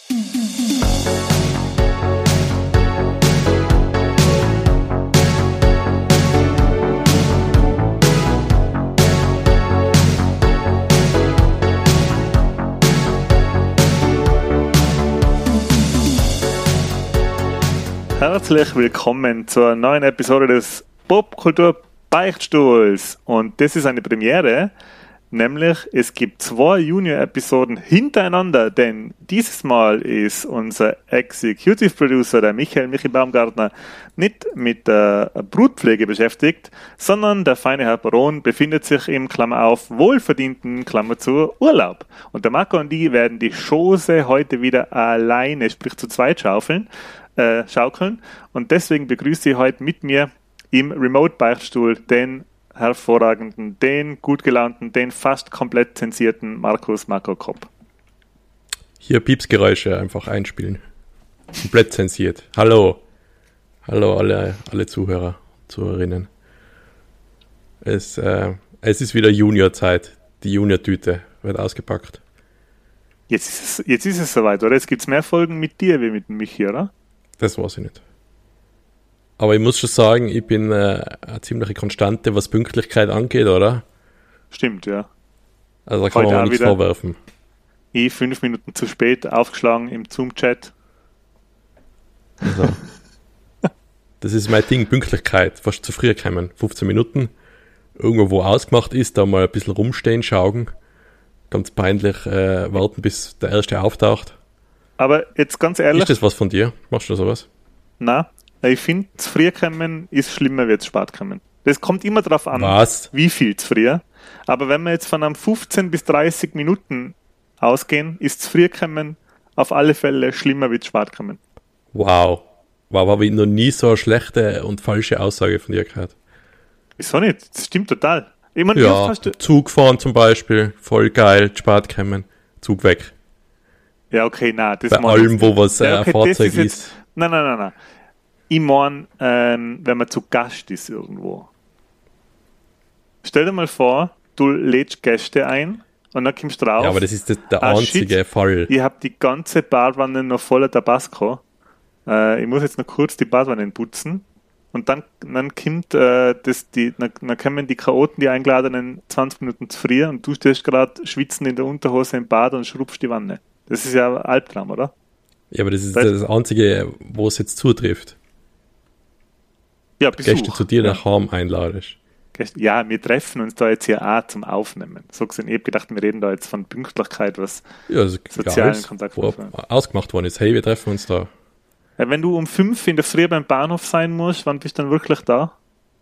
Herzlich willkommen zur neuen Episode des Popkultur Beichtstuhls. Und das ist eine Premiere, nämlich es gibt 2 Junior-Episoden hintereinander, denn dieses Mal ist unser Executive Producer, der Michi Baumgartner, nicht mit der Brutpflege beschäftigt, sondern der feine Herr Baron befindet sich im, Klammer auf, wohlverdienten, Klammer zu, Urlaub. Und der Marco und die werden die Chose heute wieder alleine, sprich zu zweit schaukeln. Und deswegen begrüße ich heute mit mir im Remote-Beichtstuhl den hervorragenden, den gut gelaunten, den fast komplett zensierten Marco Kopp. Hier Piepsgeräusche einfach einspielen. Komplett zensiert. Hallo alle Zuhörer, Zuhörerinnen. Es ist wieder Junior-Zeit. Die Junior-Tüte wird ausgepackt. Jetzt ist es soweit, oder? Jetzt gibt es mehr Folgen mit dir wie mit Michi, oder? Das weiß ich nicht. Aber ich muss schon sagen, ich bin eine ziemliche Konstante, was Pünktlichkeit angeht, oder? Stimmt, ja. Also da kann man auch nichts vorwerfen. 5 Minuten zu spät aufgeschlagen im Zoom-Chat. Also, das ist mein Ding, Pünktlichkeit. Fast zu früh kommen. 15 Minuten. Irgendwo, wo ausgemacht ist, da mal ein bisschen rumstehen, schauen. Ganz peinlich warten, bis der Erste auftaucht. Aber jetzt ganz ehrlich... Ist das was von dir? Machst du sowas? Nein, ich finde, zu früh kommen ist schlimmer, wie zu spät kommen. Das kommt immer darauf an, wie viel zu früh. Aber wenn wir jetzt von einem 15 bis 30 Minuten ausgehen, ist zu früh kommen auf alle Fälle schlimmer, wie zu spät kommen. Wow, habe ich noch nie so eine schlechte und falsche Aussage von dir gehört. Wieso nicht? Das stimmt total. Ich meine, ja, Zug fahren zum Beispiel, voll geil, zu spät kommen, Zug weg. Ja, okay, nein. Das bei allem, wo was ein Fahrzeug ist. Nein. Ich meine, wenn man zu Gast ist irgendwo. Stell dir mal vor, du lädst Gäste ein und dann kommst du drauf. Ja, aber das ist der einzige Fall. Ich habe die ganze Badwanne noch voller Tabasco. Ich muss jetzt noch kurz die Badwanne putzen. Und dann kommt dann kommen die Chaoten, die Eingeladenen, 20 Minuten zu früh und du stehst gerade schwitzen in der Unterhose im Bad und schrubst die Wanne. Das ist ja ein Albtraum, oder? Ja, aber das ist das Einzige, wo es jetzt zutrifft. Ja, Besuch. Gäste zu dir nach Hause einladest. Ja, wir treffen uns da jetzt hier auch zum Aufnehmen. So gesehen, ich habe gedacht, wir reden da jetzt von Pünktlichkeit, was sozialen Kontakt ausgemacht worden ist. Hey, wir treffen uns da. Ja, wenn du um 5 in der Früh beim Bahnhof sein musst, wann bist du dann wirklich da?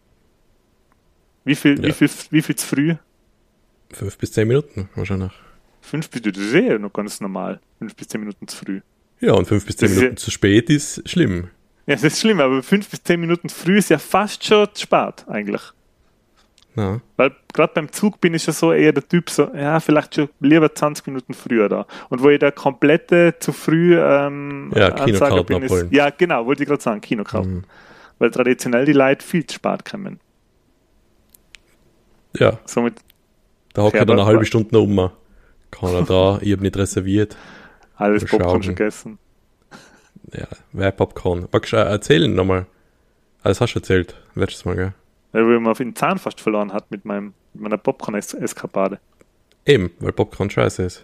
Wie viel zu früh? 5 bis 10 Minuten wahrscheinlich. 5 bis 10 Minuten, das ist ja noch ganz normal. 5 bis 10 Minuten zu früh. Ja, und 5 bis 10 Minuten zu spät ist schlimm. Ja, das ist schlimm, aber 5 bis 10 Minuten zu früh ist ja fast schon zu spät, eigentlich. Ja. Weil gerade beim Zug bin ich ja so eher der Typ, so, ja, vielleicht schon lieber 20 Minuten früher da. Und wo ich der komplette zu früh Kinokarten bin, abholen. Ja, genau, wollte ich gerade sagen, Kinokarten. Weil traditionell die Leute viel zu spät kommen. Ja. Somit da hockt er dann eine halbe Stunde noch um. Keiner da, ich habe nicht reserviert. Alles Popcorn schon gegessen. Ja, wer Popcorn? Magst du erzählen nochmal? Alles hast du erzählt, letztes Mal, gell? Ja, wo man den Zahn fast verloren hat mit meiner Popcorn-Eskapade. Eben, weil Popcorn scheiße ist.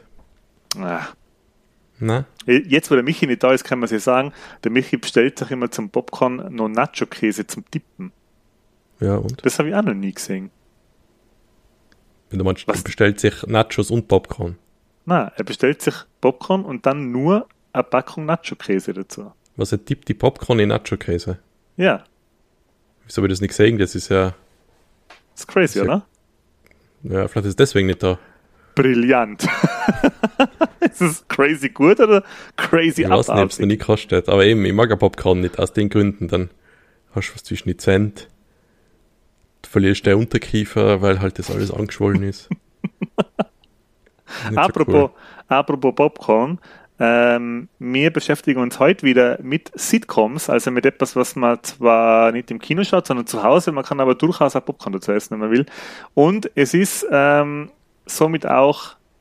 Na? Jetzt, wo der Michi nicht da ist, kann man sich sagen, der Michi bestellt sich immer zum Popcorn noch Nacho-Käse zum Dippen. Ja, und? Das habe ich auch noch nie gesehen. Wenn du meinst, er bestellt sich Nachos und Popcorn. Nein, er bestellt sich Popcorn und dann nur eine Packung Nacho-Käse dazu. Was, er tippt die Popcorn in Nacho-Käse? Ja. Wieso habe ich das nicht gesehen? Das ist ja... Das ist crazy, oder? Ja, vielleicht ist es deswegen nicht da. Brillant. Ist es crazy gut oder crazy abartig? Ich weiß nicht, ob es noch nie kostet. Aber eben, ich mag ja Popcorn nicht aus den Gründen. Dann hast du was zwischen die Zähne. Du verlierst den Unterkiefer, weil halt das alles angeschwollen ist. Apropos Popcorn, wir beschäftigen uns heute wieder mit Sitcoms, also mit etwas, was man zwar nicht im Kino schaut, sondern zu Hause, man kann aber durchaus auch Popcorn dazu essen, wenn man will. Und es ist somit auch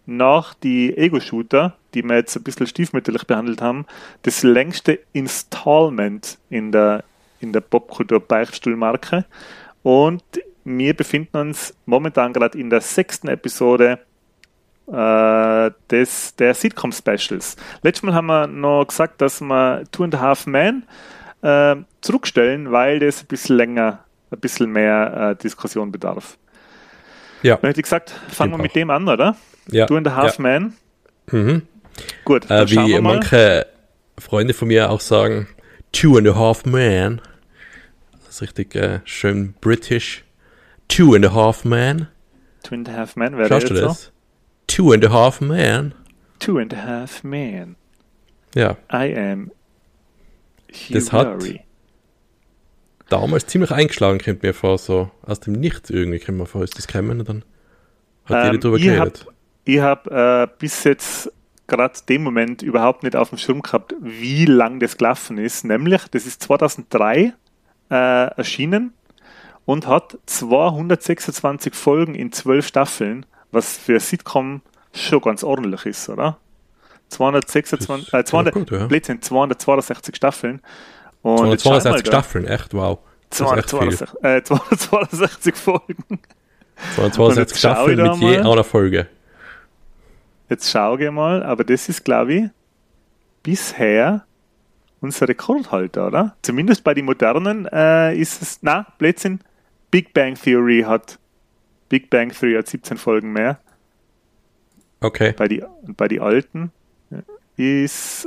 nach die Ego-Shooter, die wir jetzt ein bisschen stiefmütterlich behandelt haben, das längste Installment in der Popkultur-Beichtstuhl-Marke. Und wir befinden uns momentan gerade in der 6. Episode der Sitcom-Specials. Letztes Mal haben wir noch gesagt, dass wir Two and a Half Men zurückstellen, weil das ein bisschen länger, ein bisschen mehr Diskussion bedarf. Ja. Dann hätte ich gesagt, fangen wir mit dem an, oder? Ja. Two and a Half Men. Mhm. Gut, dann schauen wie wir mal. manche Freunde von mir auch sagen, Two and a Half Men. Das ist richtig schön british. Two and a Half Men. Two and a Half Men, wäre Schaust jetzt du das? so? Two and a Half Men. Two and a Half Men. Ja. I am Hugh Das hat- Laurie. Damals ziemlich eingeschlagen, kommt mir vor, so aus dem Nichts irgendwie, kommt mir vor, ist das gekommen und dann hat jeder drüber geredet. Ich habe bis jetzt gerade den Moment überhaupt nicht auf dem Schirm gehabt, wie lang das gelaufen ist. Nämlich, das ist 2003 erschienen und hat 226 Folgen in 12 Staffeln, was für Sitcom schon ganz ordentlich ist, oder? 226, Das ist 200, gut, ja. Blödsinn, 262 Staffeln. Und jetzt 262 schau mal da. Staffeln, echt, wow. Das ist echt viel. 262 Folgen. 262 Staffeln schau ich mit da je mal. einer Folge. Jetzt schaue ich mal, aber das ist, glaube ich, bisher unser Rekordhalter, oder? Zumindest bei den modernen ist es, Blödsinn, Big Bang Theory hat 17 Folgen mehr. Okay. Bei die alten ist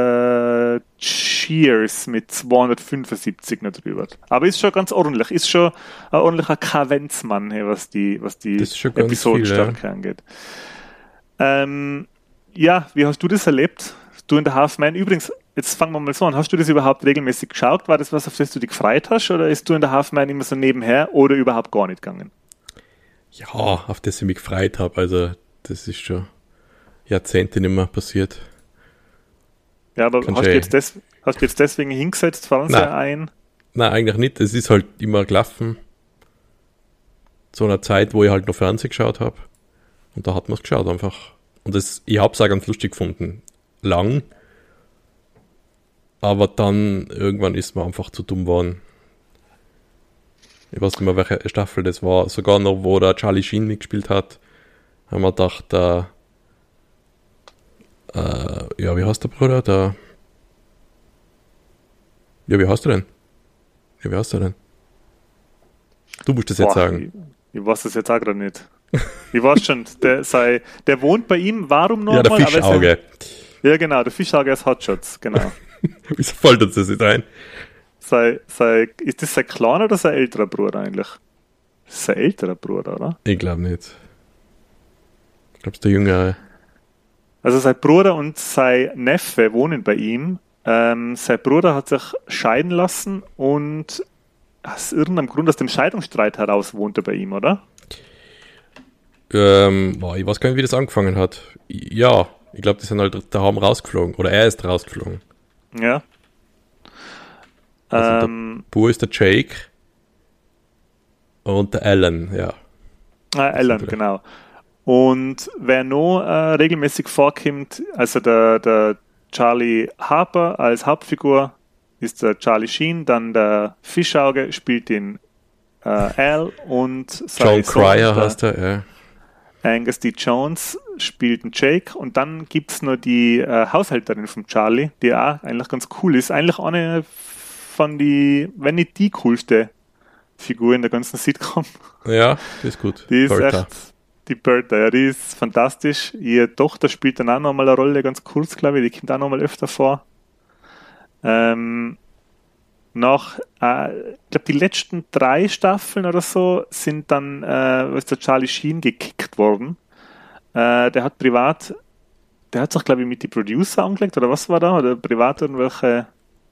Cheers mit 275 noch drüber. Aber ist schon ganz ordentlich. Ist schon ein ordentlicher Kavenzmann, hey, was die Das ist schon ganz Episodenstärke angeht. Ja, wie hast du das erlebt? Du in der Half Man. Übrigens, jetzt fangen wir mal so an. Hast du das überhaupt regelmäßig geschaut? War das was, auf das du dich gefreut hast? Oder ist du in der Half Man immer so nebenher oder überhaupt gar nicht gegangen? Ja, auf das ich mich gefreut habe. Also, das ist schon Jahrzehnte nicht mehr passiert. Ja, aber Kannst hast du eh- jetzt deswegen hingesetzt, Fernseher ein? Nein, eigentlich nicht. Es ist halt immer gelaufen. Zu einer Zeit, wo ich halt noch Fernsehen geschaut habe. Und da hat man es geschaut einfach. Und ich habe es auch ganz lustig gefunden. Lang. Aber dann irgendwann ist man einfach zu dumm geworden. Ich weiß nicht mehr, welche Staffel das war. Sogar noch, wo der Charlie Sheen mitgespielt hat, haben wir gedacht, ja, wie heißt der Bruder? Wie heißt du denn? Du musst das jetzt sagen. Ich weiß das jetzt auch gerade nicht. Ich weiß schon, der wohnt bei ihm, warum noch Ja, der einmal? Fischauge. Ja, genau, der Fischauge ist Hotshots, genau. Wieso fällt uns das nicht ein? Ist das sein kleiner oder sein älterer Bruder eigentlich? Das ist sein älterer Bruder, oder? Ich glaube nicht. Ich glaube, es ist der Jüngere. Also sein Bruder und sein Neffe wohnen bei ihm. Sein Bruder hat sich scheiden lassen und aus irgendeinem Grund, aus dem Scheidungsstreit heraus wohnt er bei ihm, oder? Ich weiß gar nicht, wie das angefangen hat. Ja, ich glaube, die sind halt daheim rausgeflogen. Oder er ist rausgeflogen. Ja. Also Wo ist der Jake? Und der Alan, ja. Alan, genau. Und wer noch regelmäßig vorkommt, also der Charlie Harper als Hauptfigur ist der Charlie Sheen, dann der Fischauge spielt den Al und sein John Sohn, Cryer der heißt er, ja. Angus D. Jones spielt den Jake und dann gibt es noch die Haushälterin von Charlie, die auch eigentlich ganz cool ist. Eigentlich eine von die, wenn nicht die coolste Figur in der ganzen Sitcom. Ja, die ist gut. Die ist Bertha. echt, die Bertha, ja, die ist fantastisch. Ihre Tochter spielt dann auch nochmal eine Rolle, ganz kurz, glaube ich, die kommt auch nochmal öfter vor. Ich glaube, die letzten 3 Staffeln oder so sind dann, ist der Charlie Sheen gekickt worden. Der hat sich, glaube ich, mit die Producer angelegt, oder was war da? Oder privat irgendwelche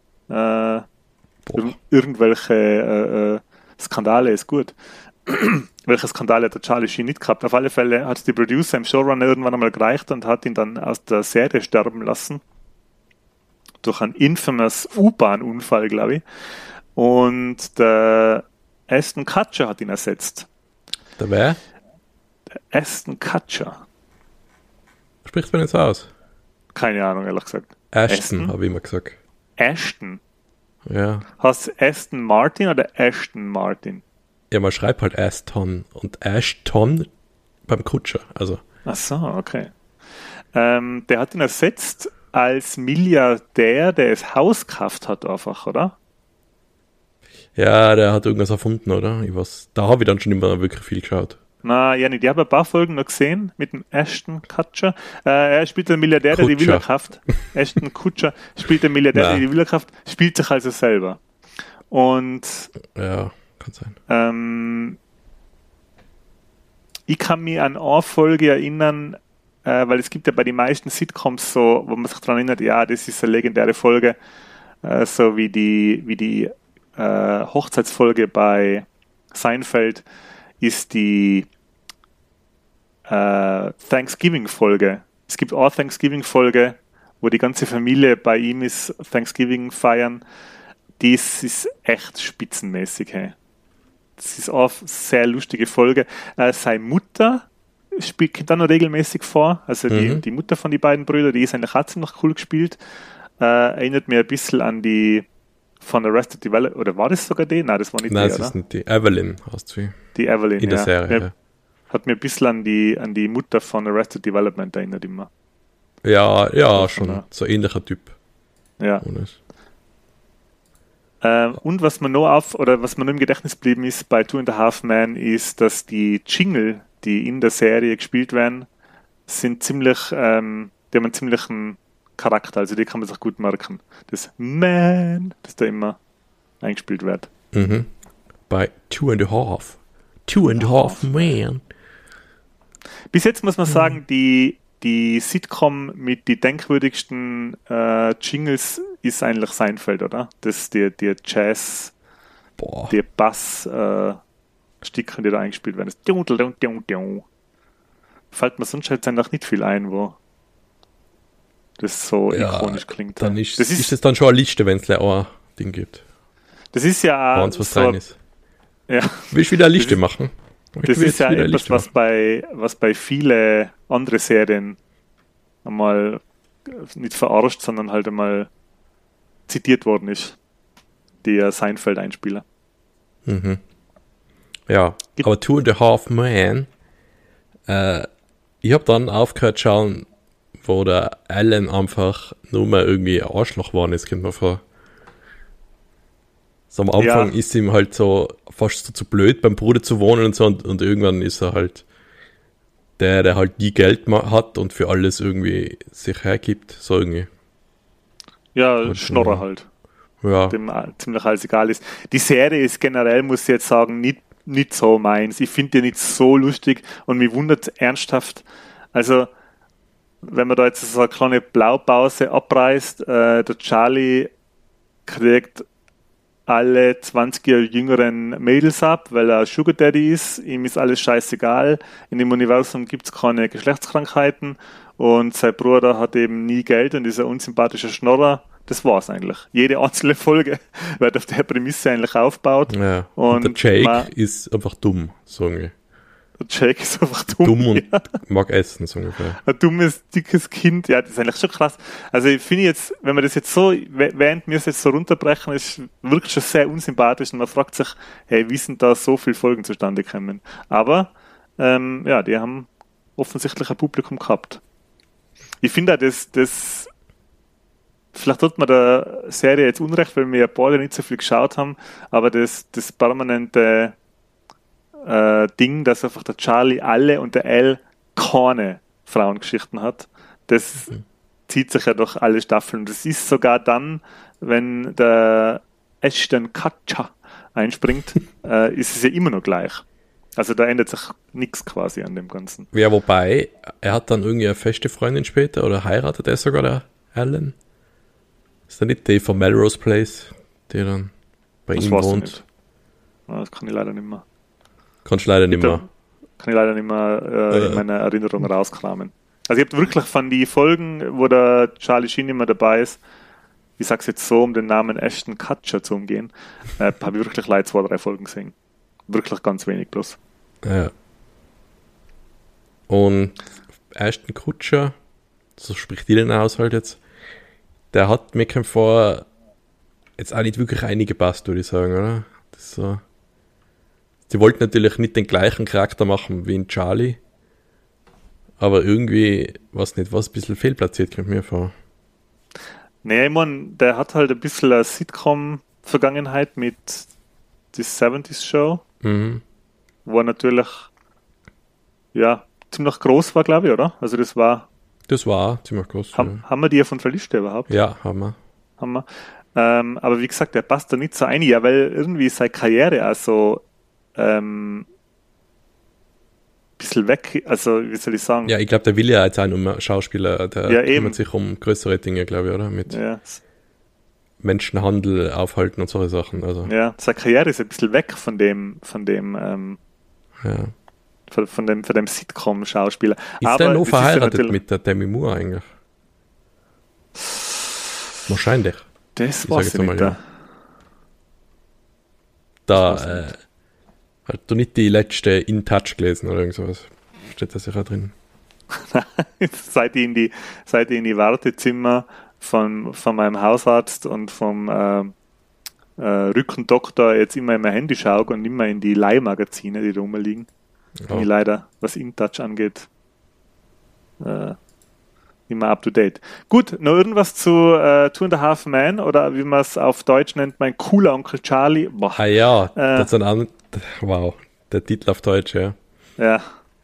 Skandale, ist gut. Welche Skandale hat der Charlie Sheen nicht gehabt? Auf alle Fälle hat die Producer im Showrunner irgendwann einmal gereicht und hat ihn dann aus der Serie sterben lassen. Durch einen infamous U-Bahn-Unfall, glaube ich. Und der Aston Kutcher hat ihn ersetzt. Der wer? Der Aston Kutcher. Spricht man jetzt aus? Keine Ahnung, ehrlich gesagt. Ashton, habe ich immer gesagt. Ashton? Ja. Hast du Aston Martin oder Ashton Martin? Ja, man schreibt halt Aston und Ashton beim Kutscher, also. Ach so, okay. Der hat ihn ersetzt als Milliardär, der das Haus gekauft hat einfach, oder? Ja, der hat irgendwas erfunden, oder? Da habe ich dann schon immer wirklich viel geschaut. Na, ja nicht. Ich habe ein paar Folgen noch gesehen mit dem Ashton Kutcher. Er spielt einen Milliardär, der die Villa kauft. Ashton Kutcher spielt einen Milliardär, der die Villa kauft, spielt sich also selber. Und ja, kann sein. Ich kann mich an eine Folge erinnern, weil es gibt ja bei den meisten Sitcoms so, wo man sich daran erinnert, ja, das ist eine legendäre Folge, so wie die Hochzeitsfolge bei Seinfeld ist die Thanksgiving-Folge. Es gibt auch eine Thanksgiving-Folge, wo die ganze Familie bei ihm ist, Thanksgiving feiern. Das ist echt spitzenmäßig. Hey. Das ist auch eine sehr lustige Folge. Seine Mutter kommt dann noch regelmäßig vor. Also die Mutter von den beiden Brüdern, die ist eigentlich auch ziemlich cool gespielt. Erinnert mir ein bisschen an die von Arrested Development, oder war das sogar die? Nein, das war nicht Nein, die, das oder? ist nicht die. Evelyn heißt sie. Die Evelyn, in der Serie, ja. Hat mir ein bisschen an die Mutter von Arrested Development erinnert immer. Ja, schon. So ein ähnlicher Typ. Ja. Und was mir noch im Gedächtnis geblieben ist bei Two and a Half Men, ist, dass die Jingle, die in der Serie gespielt werden, sind ziemlich, die haben einen ziemlichen Charakter, also die kann man sich gut merken. Das Man, das da immer eingespielt wird. Mhm. Bei Two and a Half. Two and a Half Men. Bis jetzt muss man sagen, die Sitcom mit die denkwürdigsten Jingles ist eigentlich Seinfeld, oder? Das die Jazz, die Bass-Sticker, die da eingespielt werden. Das fällt mir sonst jetzt einfach nicht viel ein, wo das so ikonisch klingt. Dann ist das dann schon eine Liste, wenn es auch ein Ding gibt. Das ist ja auch was rein ist. Ja. Willst du wieder eine Liste machen? Das ist ja etwas, was bei viele andere Serien einmal nicht verarscht, sondern halt einmal zitiert worden ist. Der Seinfeld-Einspieler. Mhm. Ja, aber Two and a Half Men, ich habe dann aufgehört zu schauen, wo der Alan einfach nur mal irgendwie ein Arschloch war, das kommt mir vor. So am Anfang ist ihm halt so fast so zu blöd, beim Bruder zu wohnen und so, und irgendwann ist er halt der halt nie Geld hat und für alles irgendwie sich hergibt, so irgendwie. Ja, Schnorrer halt. Ja. Dem ziemlich alles egal ist. Die Serie ist generell, muss ich jetzt sagen, nicht so meins. Ich finde die nicht so lustig und mich wundert ernsthaft. Also, wenn man da jetzt so eine kleine Blaupause abreißt, der Charlie kriegt alle 20 Jahre jüngeren Mädels ab, weil er Sugar Daddy ist. Ihm ist alles scheißegal. In dem Universum gibt es keine Geschlechtskrankheiten und sein Bruder hat eben nie Geld und ist ein unsympathischer Schnorrer. Das war's eigentlich. Jede einzelne Folge wird auf der Prämisse eigentlich aufgebaut. Ja. Und der Jake ist einfach dumm, sagen wir. Der Jake ist einfach dumm. Dumm und mag essen, so ungefähr. Ein dummes, dickes Kind. Ja, das ist eigentlich schon krass. Also ich finde jetzt, wenn man das jetzt so, während wir es jetzt so runterbrechen, ist wirklich schon sehr unsympathisch und man fragt sich, hey, wie sind da so viele Folgen zustande gekommen? Aber, die haben offensichtlich ein Publikum gehabt. Ich finde auch, das vielleicht tut man der Serie jetzt Unrecht, weil wir ja beide nicht so viel geschaut haben, aber das permanente Ding, dass einfach der Charlie alle und der Al keine Frauengeschichten hat, das zieht sich ja durch alle Staffeln. Das ist sogar dann, wenn der Ashton Kutcher einspringt, ist es ja immer noch gleich. Also da ändert sich nichts quasi an dem Ganzen. Ja, wobei, er hat dann irgendwie eine feste Freundin später oder heiratet er sogar, der Alan? Ist da nicht die von Melrose Place, die dann bei ihm wohnt? Das kann ich leider nicht mehr. Kannst du leider nicht mehr. Kann ich leider nicht mehr in meiner Erinnerung rauskramen. Also ich habe wirklich von die Folgen, wo der Charlie Sheen immer dabei ist, ich sag's jetzt so, um den Namen Ashton Kutcher zu umgehen, habe ich wirklich leider 2-3 Folgen gesehen. Wirklich ganz wenig bloß. Ja. Und Ashton Kutcher, so spricht die den Haushalt jetzt, der hat mir kein vor jetzt auch nicht wirklich eingepasst, würde ich sagen, oder? Das ist so. Sie wollten natürlich nicht den gleichen Charakter machen wie in Charlie, aber irgendwie, was nicht, was ein bisschen fehlplatziert, kommt mir vor. Nee, ich meine, der hat halt ein bisschen eine Sitcom-Vergangenheit mit die 70s Show, wo er natürlich ja ziemlich groß war, glaube ich, oder? Also das war ziemlich groß. Haben wir die ja von der Liste überhaupt? Ja, haben wir. Aber wie gesagt, der passt da nicht so ein, ja, weil irgendwie seine Karriere auch so bisschen weg, also wie soll ich sagen? Ja, ich glaube, der will ja jetzt auch nur Schauspieler, der kümmert sich um größere Dinge, glaube ich, oder? Mit Menschenhandel aufhalten und solche Sachen. Also. Ja, seine Karriere ist ein bisschen weg von dem Sitcom-Schauspieler. Ist der noch verheiratet mit der Demi Moore eigentlich? Wahrscheinlich. Das weiß ich nicht. Ja. Hast du nicht die letzte In Touch gelesen oder irgend sowas? Steht da sicher drin? Seit ich in die Wartezimmer von meinem Hausarzt und vom Rückendoktor jetzt immer in mein Handy schaue und immer in die Leihmagazine, die da rumliegen. Bin ich leider, was In Touch angeht, immer up to date. Gut, noch irgendwas zu Two and a Half Men oder wie man es auf Deutsch nennt, mein cooler Onkel Charlie. Boah. Ah ja, das ist wow, der Titel auf Deutsch, ja. Ja.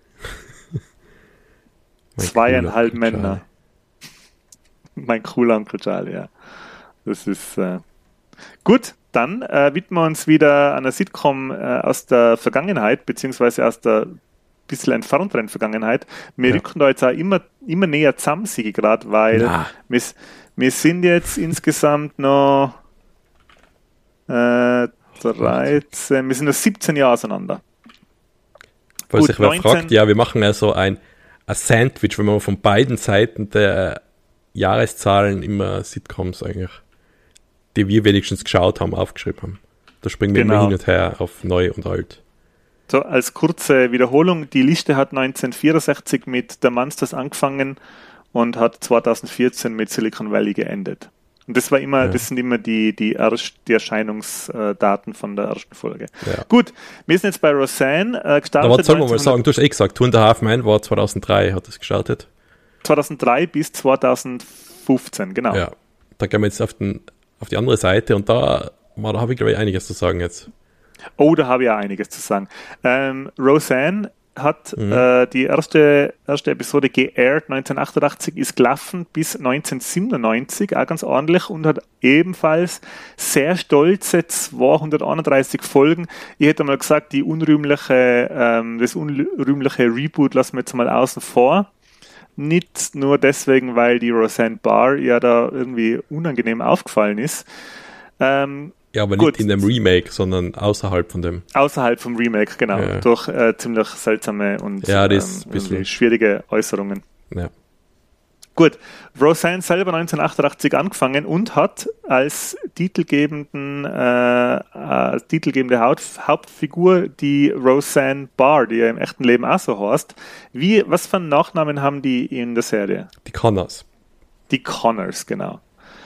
2,5 Männer. Mein cooler Onkel Charlie, ja. Das ist gut. Dann widmen wir uns wieder einer Sitcom aus der Vergangenheit, beziehungsweise aus der bisschen entfernteren Vergangenheit. Wir rücken da jetzt auch immer näher zusammen, sehe ich gerade, weil wir sind jetzt insgesamt noch 13, wir sind noch 17 Jahre auseinander. Weil sich wer fragt, ja, wir machen ja so ein Sandwich, wenn man von beiden Seiten der Jahreszahlen immer Sitcoms eigentlich, die wir wenigstens geschaut haben, aufgeschrieben haben. Da springen wir immer hin und her auf neu und alt. So, als kurze Wiederholung, die Liste hat 1964 mit The Monsters angefangen und hat 2014 mit Silicon Valley geendet. Und das war immer, das sind immer die Erscheinungsdaten von der ersten Folge. Ja. Gut, wir sind jetzt bei Roseanne gestartet. Aber was soll man mal sagen? Du hast gesagt, Two and a Half Men war 2003, hat das gestartet. 2003 bis 2015, genau. Ja, da gehen wir jetzt auf die andere Seite und da habe ich, glaube ich, einiges zu sagen jetzt. Oh, da habe ich auch einiges zu sagen. Roseanne hat die erste Episode geairt 1988, ist gelaufen bis 1997, auch ganz ordentlich, und hat ebenfalls sehr stolze 231 Folgen. Ich hätte mal gesagt, das unrühmliche Reboot lassen wir jetzt mal außen vor. Nicht nur deswegen, weil die Roseanne Barr ja da irgendwie unangenehm aufgefallen ist. Ja, aber nicht in dem Remake, sondern außerhalb von dem. Außerhalb vom Remake, genau. Ja. Durch ziemlich seltsame und schwierige Äußerungen. Ja. Gut, Roseanne selber 1988 angefangen und hat als titelgebende Hauptfigur die Roseanne Barr, die ja im echten Leben auch so heißt. Was für einen Nachnamen haben die in der Serie? Die Connors. Die Connors, genau.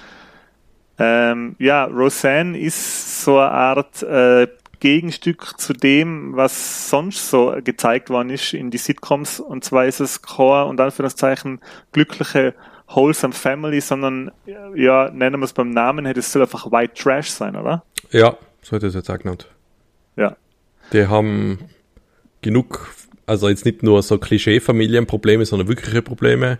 Roseanne ist so eine Art Gegenstück zu dem, was sonst so gezeigt worden ist in die Sitcoms, und zwar ist es keine, und Anführungszeichen, glückliche, wholesome Family, sondern, nennen wir es beim Namen, hätte es soll einfach White Trash sein, oder? Ja, so hätte es jetzt auch genannt. Ja. Die haben genug, also jetzt nicht nur so Klischee-Familienprobleme, sondern wirkliche Probleme,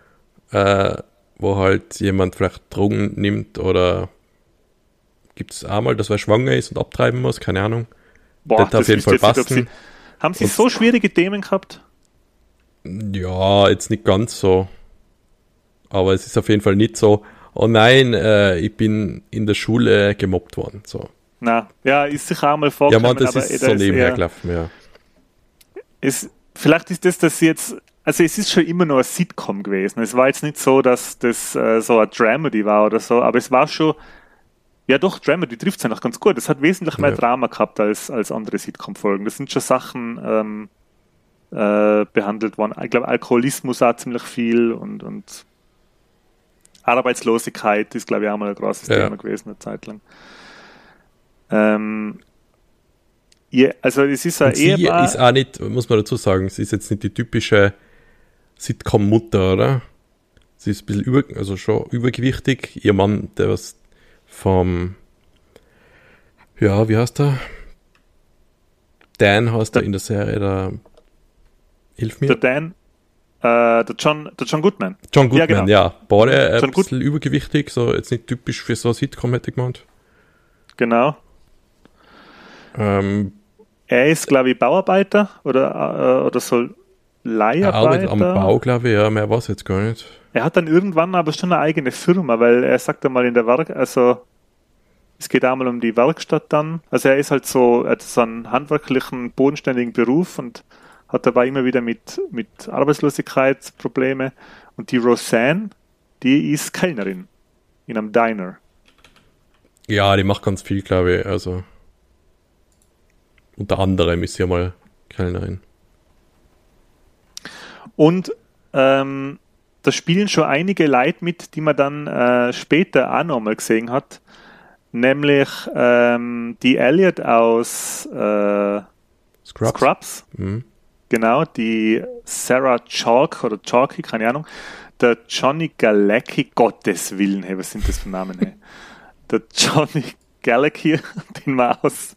wo halt jemand vielleicht Drogen nimmt oder gibt es einmal, dass er schwanger ist und abtreiben muss, keine Ahnung. Boah, das auf jeden Fall passen. Haben Sie so schwierige Themen gehabt? Ja, jetzt nicht ganz so. Aber es ist auf jeden Fall nicht so, oh nein, ich bin in der Schule gemobbt worden. So. Na, ja, ist sicher auch mal vorgekommen. Ja, man, das ist so nebenher gelaufen, ja. Vielleicht ist das, dass Sie jetzt, also es ist schon immer nur ein Sitcom gewesen. Es war jetzt nicht so, dass das so ein Dramedy war oder so, aber es war schon, ja doch, Dramedy trifft es ja noch ganz gut. Es hat wesentlich mehr Drama gehabt als andere Sitcom-Folgen. Das sind schon Sachen behandelt worden. Ich glaube, Alkoholismus auch ziemlich viel und Arbeitslosigkeit ist, glaube ich, auch mal ein großes Thema gewesen, eine Zeit lang. Also es ist ein sie Ehepaar. ist auch nicht, muss man dazu sagen, sie ist jetzt nicht die typische Sitcom-Mutter, oder? Sie ist ein bisschen schon übergewichtig. Ihr Mann, der was vom, ja, wie heißt er? Dan heißt er in der Serie, da hilf mir. Der Dan, der John Goodman. John Goodman, ja. Beide ein bisschen Good. übergewichtig, so jetzt nicht typisch für so ein Sitcom, hätte ich gemeint. Genau. Er ist, glaube ich, Bauarbeiter oder so Leiharbeiter. Er arbeitet am Bau, glaube ich, ja, mehr weiß jetzt gar nicht. Er hat dann irgendwann aber schon eine eigene Firma, weil er sagt einmal in der also es geht einmal um die Werkstatt dann. Also er ist halt er hat so einen handwerklichen, bodenständigen Beruf und hat dabei immer wieder mit Arbeitslosigkeitsprobleme. Und die Roseanne, die ist Kellnerin in einem Diner. Ja, die macht ganz viel, glaube ich, also unter anderem ist sie ja mal Kellnerin. Und da spielen schon einige Leute mit, die man dann später auch nochmal gesehen hat. Nämlich die Elliot aus Scrubs. Mhm. Genau, die Sarah Chalky, keine Ahnung. Der Johnny Galecki, Gottes Willen, hey, was sind das für Namen? Hey? Der Johnny Galecki, den man aus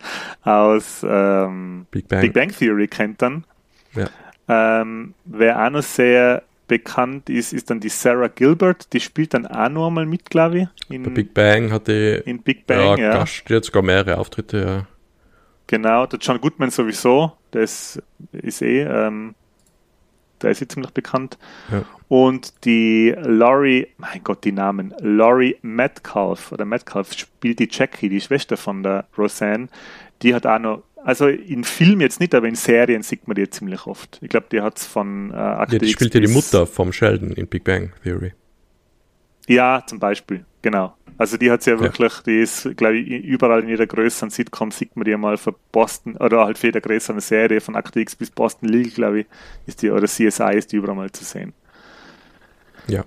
Big Bang Theory kennt dann. Ja. Wer auch noch sehr bekannt ist dann die Sarah Gilbert, die spielt dann auch noch einmal mit, glaube ich. Bei Big Bang hatte in Big Bang, ja. Gast, die hat sogar mehrere Auftritte, ja. Genau, der John Goodman sowieso, der ist ziemlich bekannt. Ja. Und die Laurie, mein Gott, die Namen, Laurie Metcalf spielt die Jackie, die Schwester von der Roseanne, die hat auch noch, also in Filmen jetzt nicht, aber in Serien sieht man die ziemlich oft. Ich glaube, die hat es von Akte X. Die spielt ja die Mutter vom Sheldon in Big Bang Theory. Ja, zum Beispiel, genau. Also die hat es ja wirklich, die ist, glaube ich, überall in jeder größeren Sitcom sieht man die mal für Boston, oder halt für jede größere Serie, von Akte X bis Boston Legal, glaube ich, ist die, oder CSI ist die überall mal zu sehen. Ja.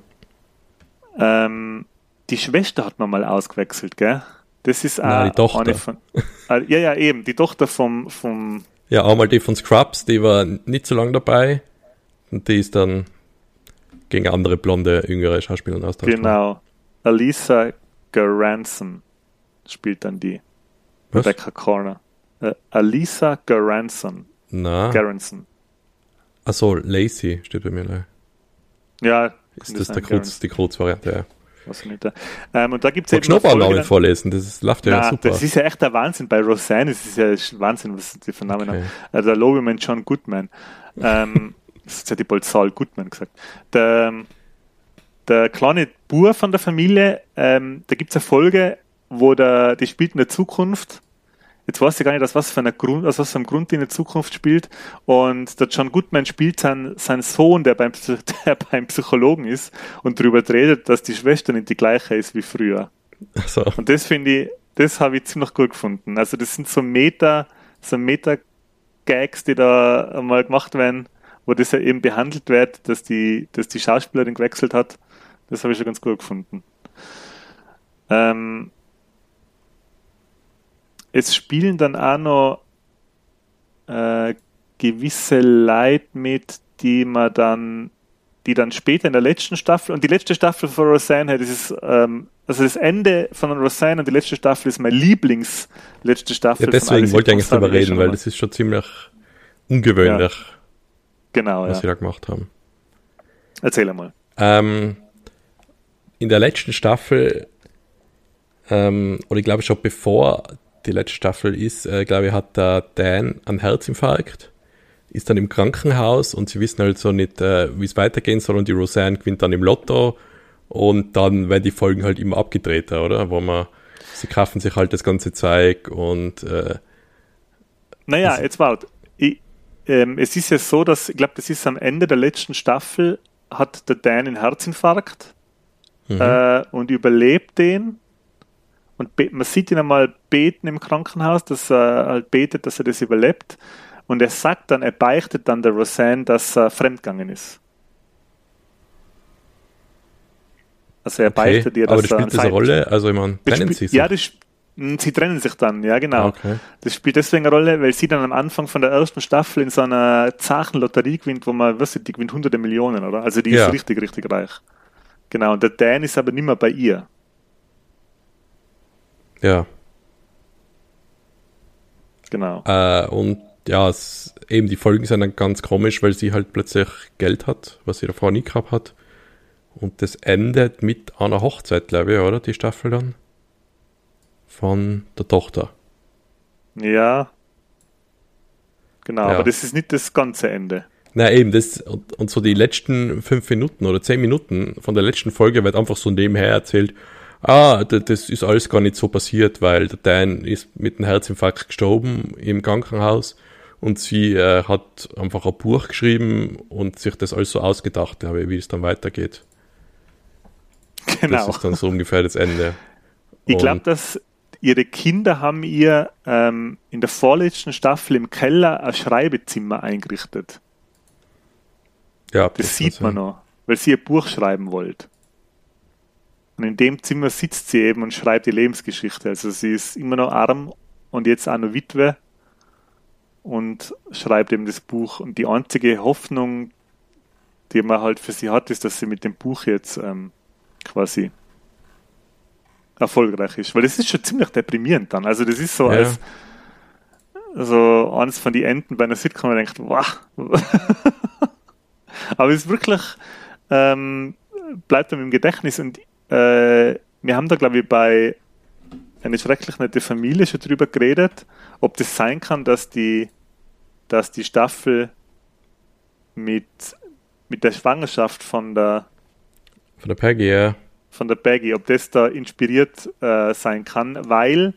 Die Schwester hat man mal ausgewechselt, gell? Das ist die Tochter. Ja, eben, die Tochter vom ja, einmal die von Scrubs, die war nicht so lange dabei und die ist dann gegen andere blonde, jüngere Schauspieler austauscht. Genau. Alisa Garanson spielt dann die. Was? Rebecca Corner. Alisa Garanson. Garanson. Achso, Lacey steht bei mir da. Ja. Ist das die Kurzvariante, ja. Was nicht da. Und da gibt es eben Namen vorlesen, das läuft ja super. Das ist ja echt der Wahnsinn bei Roseanne, das ist ja Wahnsinn, was die für Namen haben. Der Lobeman John Goodman. Das hätte ich bald Saul Goodman gesagt. Der kleine Bub von der Familie, da gibt es eine Folge, wo die spielt in der Zukunft. Jetzt weiß ich gar nicht, aus was für einem Grund die in der Zukunft spielt. Und der John Goodman spielt seinen Sohn, der beim Psychologen ist und darüber redet, dass die Schwester nicht die gleiche ist wie früher. So. Und das habe ich ziemlich gut gefunden. Also das sind so Meta-Gags, die da mal gemacht werden, wo das ja eben behandelt wird, dass die Schauspielerin gewechselt hat. Das habe ich schon ganz gut gefunden. Es spielen dann auch noch gewisse Leute mit, die dann später in der letzten Staffel, und die letzte Staffel von Roseanne, das ist, also das Ende von Roseanne und die letzte Staffel ist meine letzte Staffel. Ja, deswegen wollte ich eigentlich darüber reden, weil das ist schon ziemlich ungewöhnlich, was sie da gemacht haben. Erzähl einmal. In der letzten Staffel, oder ich glaube schon bevor die letzte Staffel ist, glaube ich, hat der Dan einen Herzinfarkt, ist dann im Krankenhaus und sie wissen halt so nicht, wie es weitergehen soll, und die Roseanne gewinnt dann im Lotto und dann werden die Folgen halt immer abgedrehter, oder? Sie kaufen sich halt das ganze Zeug und naja, jetzt warte. Es ist ja so, dass, ich glaube, das ist am Ende der letzten Staffel, hat der Dan einen Herzinfarkt und überlebt den. Und man sieht ihn einmal beten im Krankenhaus, dass er halt betet, dass er das überlebt. Und er beichtet dann der Roseanne, dass er fremdgegangen ist. Also er Okay, beichtet ihr, aber dass das er spielt das eine Rolle? Also ich meine, trennen sie sich? Ja, sie trennen sich dann, ja genau. Okay. Das spielt deswegen eine Rolle, weil sie dann am Anfang von der ersten Staffel in so einer Zachen-Lotterie gewinnt, wo man, weißt du, die gewinnt hunderte Millionen, oder? Also die Ja. ist richtig, richtig reich. Genau, und der Dan ist aber nicht mehr bei ihr. Ja. Genau. Und ja, eben die Folgen sind dann ganz komisch, weil sie halt plötzlich Geld hat, was sie davor nie gehabt hat. Und das endet mit einer Hochzeit, glaube ich, oder? Die Staffel dann? Von der Tochter. Ja. Genau, Ja. aber das ist nicht das ganze Ende. Na eben, das und so die letzten 5 Minuten oder 10 Minuten von der letzten Folge wird einfach so nebenher erzählt, das ist alles gar nicht so passiert, weil der Dan ist mit einem Herzinfarkt gestorben im Krankenhaus und sie hat einfach ein Buch geschrieben und sich das alles so ausgedacht, wie es dann weitergeht. Genau. Das ist dann so ungefähr das Ende. Ich glaube, Und- dass ihre Kinder haben ihr in der vorletzten Staffel im Keller ein Schreibezimmer eingerichtet. Ja, Das sieht man noch, weil sie ihr Buch schreiben wollte. Und in dem Zimmer sitzt sie eben und schreibt die Lebensgeschichte. Also sie ist immer noch arm und jetzt auch noch Witwe und schreibt eben das Buch. Und die einzige Hoffnung, die man halt für sie hat, ist, dass sie mit dem Buch jetzt quasi erfolgreich ist. Weil das ist schon ziemlich deprimierend dann. Also das ist so Ja. als so eines von die Enden bei einer Sitcom, man denkt, wow. Aber es ist wirklich, bleibt einem im Gedächtnis und wir haben da, glaube ich, bei Eine schrecklich nette Familie schon drüber geredet, ob das sein kann, dass die Staffel mit der Schwangerschaft von der Peggy, ja. Peggy, ob das da inspiriert sein kann, weil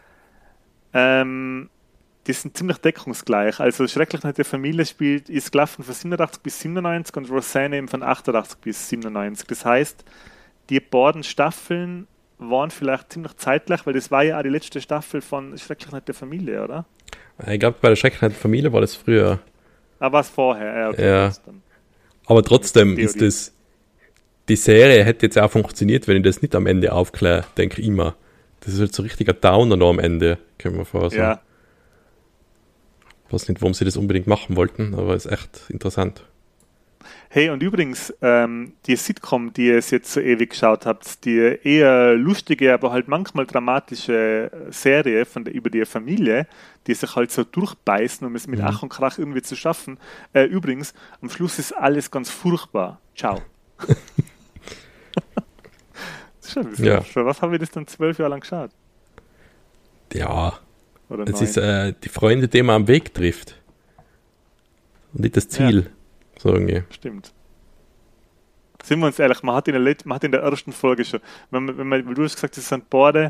die sind ziemlich deckungsgleich. Also Schrecklich nette Familie ist gelaufen von 87 bis 97 und Roseanne eben von 88 bis 97. Das heißt, die beiden Staffeln waren vielleicht ziemlich zeitgleich, weil das war ja auch die letzte Staffel von Schrecklich nette Familie, oder? Ich glaube, bei der schrecklichen Familie war das früher. Ah, war es vorher? Ja, okay. Ja. das dann. Aber trotzdem Theorie. ist das, die Serie hätte jetzt auch funktioniert, wenn ich das nicht am Ende aufkläre, denke ich immer. Das ist halt so ein richtiger Downer noch am Ende, können wir vorher sagen. Ja, Ich weiß nicht, warum sie das unbedingt machen wollten, aber ist echt interessant. hey, und übrigens, die Sitcom, die ihr jetzt so ewig geschaut habt, die eher lustige, aber halt manchmal dramatische Serie über die Familie, die sich halt so durchbeißen, um es mit Ach und Krach irgendwie zu schaffen. Übrigens, am Schluss ist alles ganz furchtbar. Ciao. Das ist schon ein bisschen, Ja. für was habe ich das dann 12 Jahre lang geschaut? Ja, Oder es 9? ist die Freunde, die man am Weg trifft. Und nicht das Ziel. So irgendwie. Stimmt. Sind wir uns ehrlich, man hat in der ersten Folge schon, weil du hast gesagt, sie sind beide,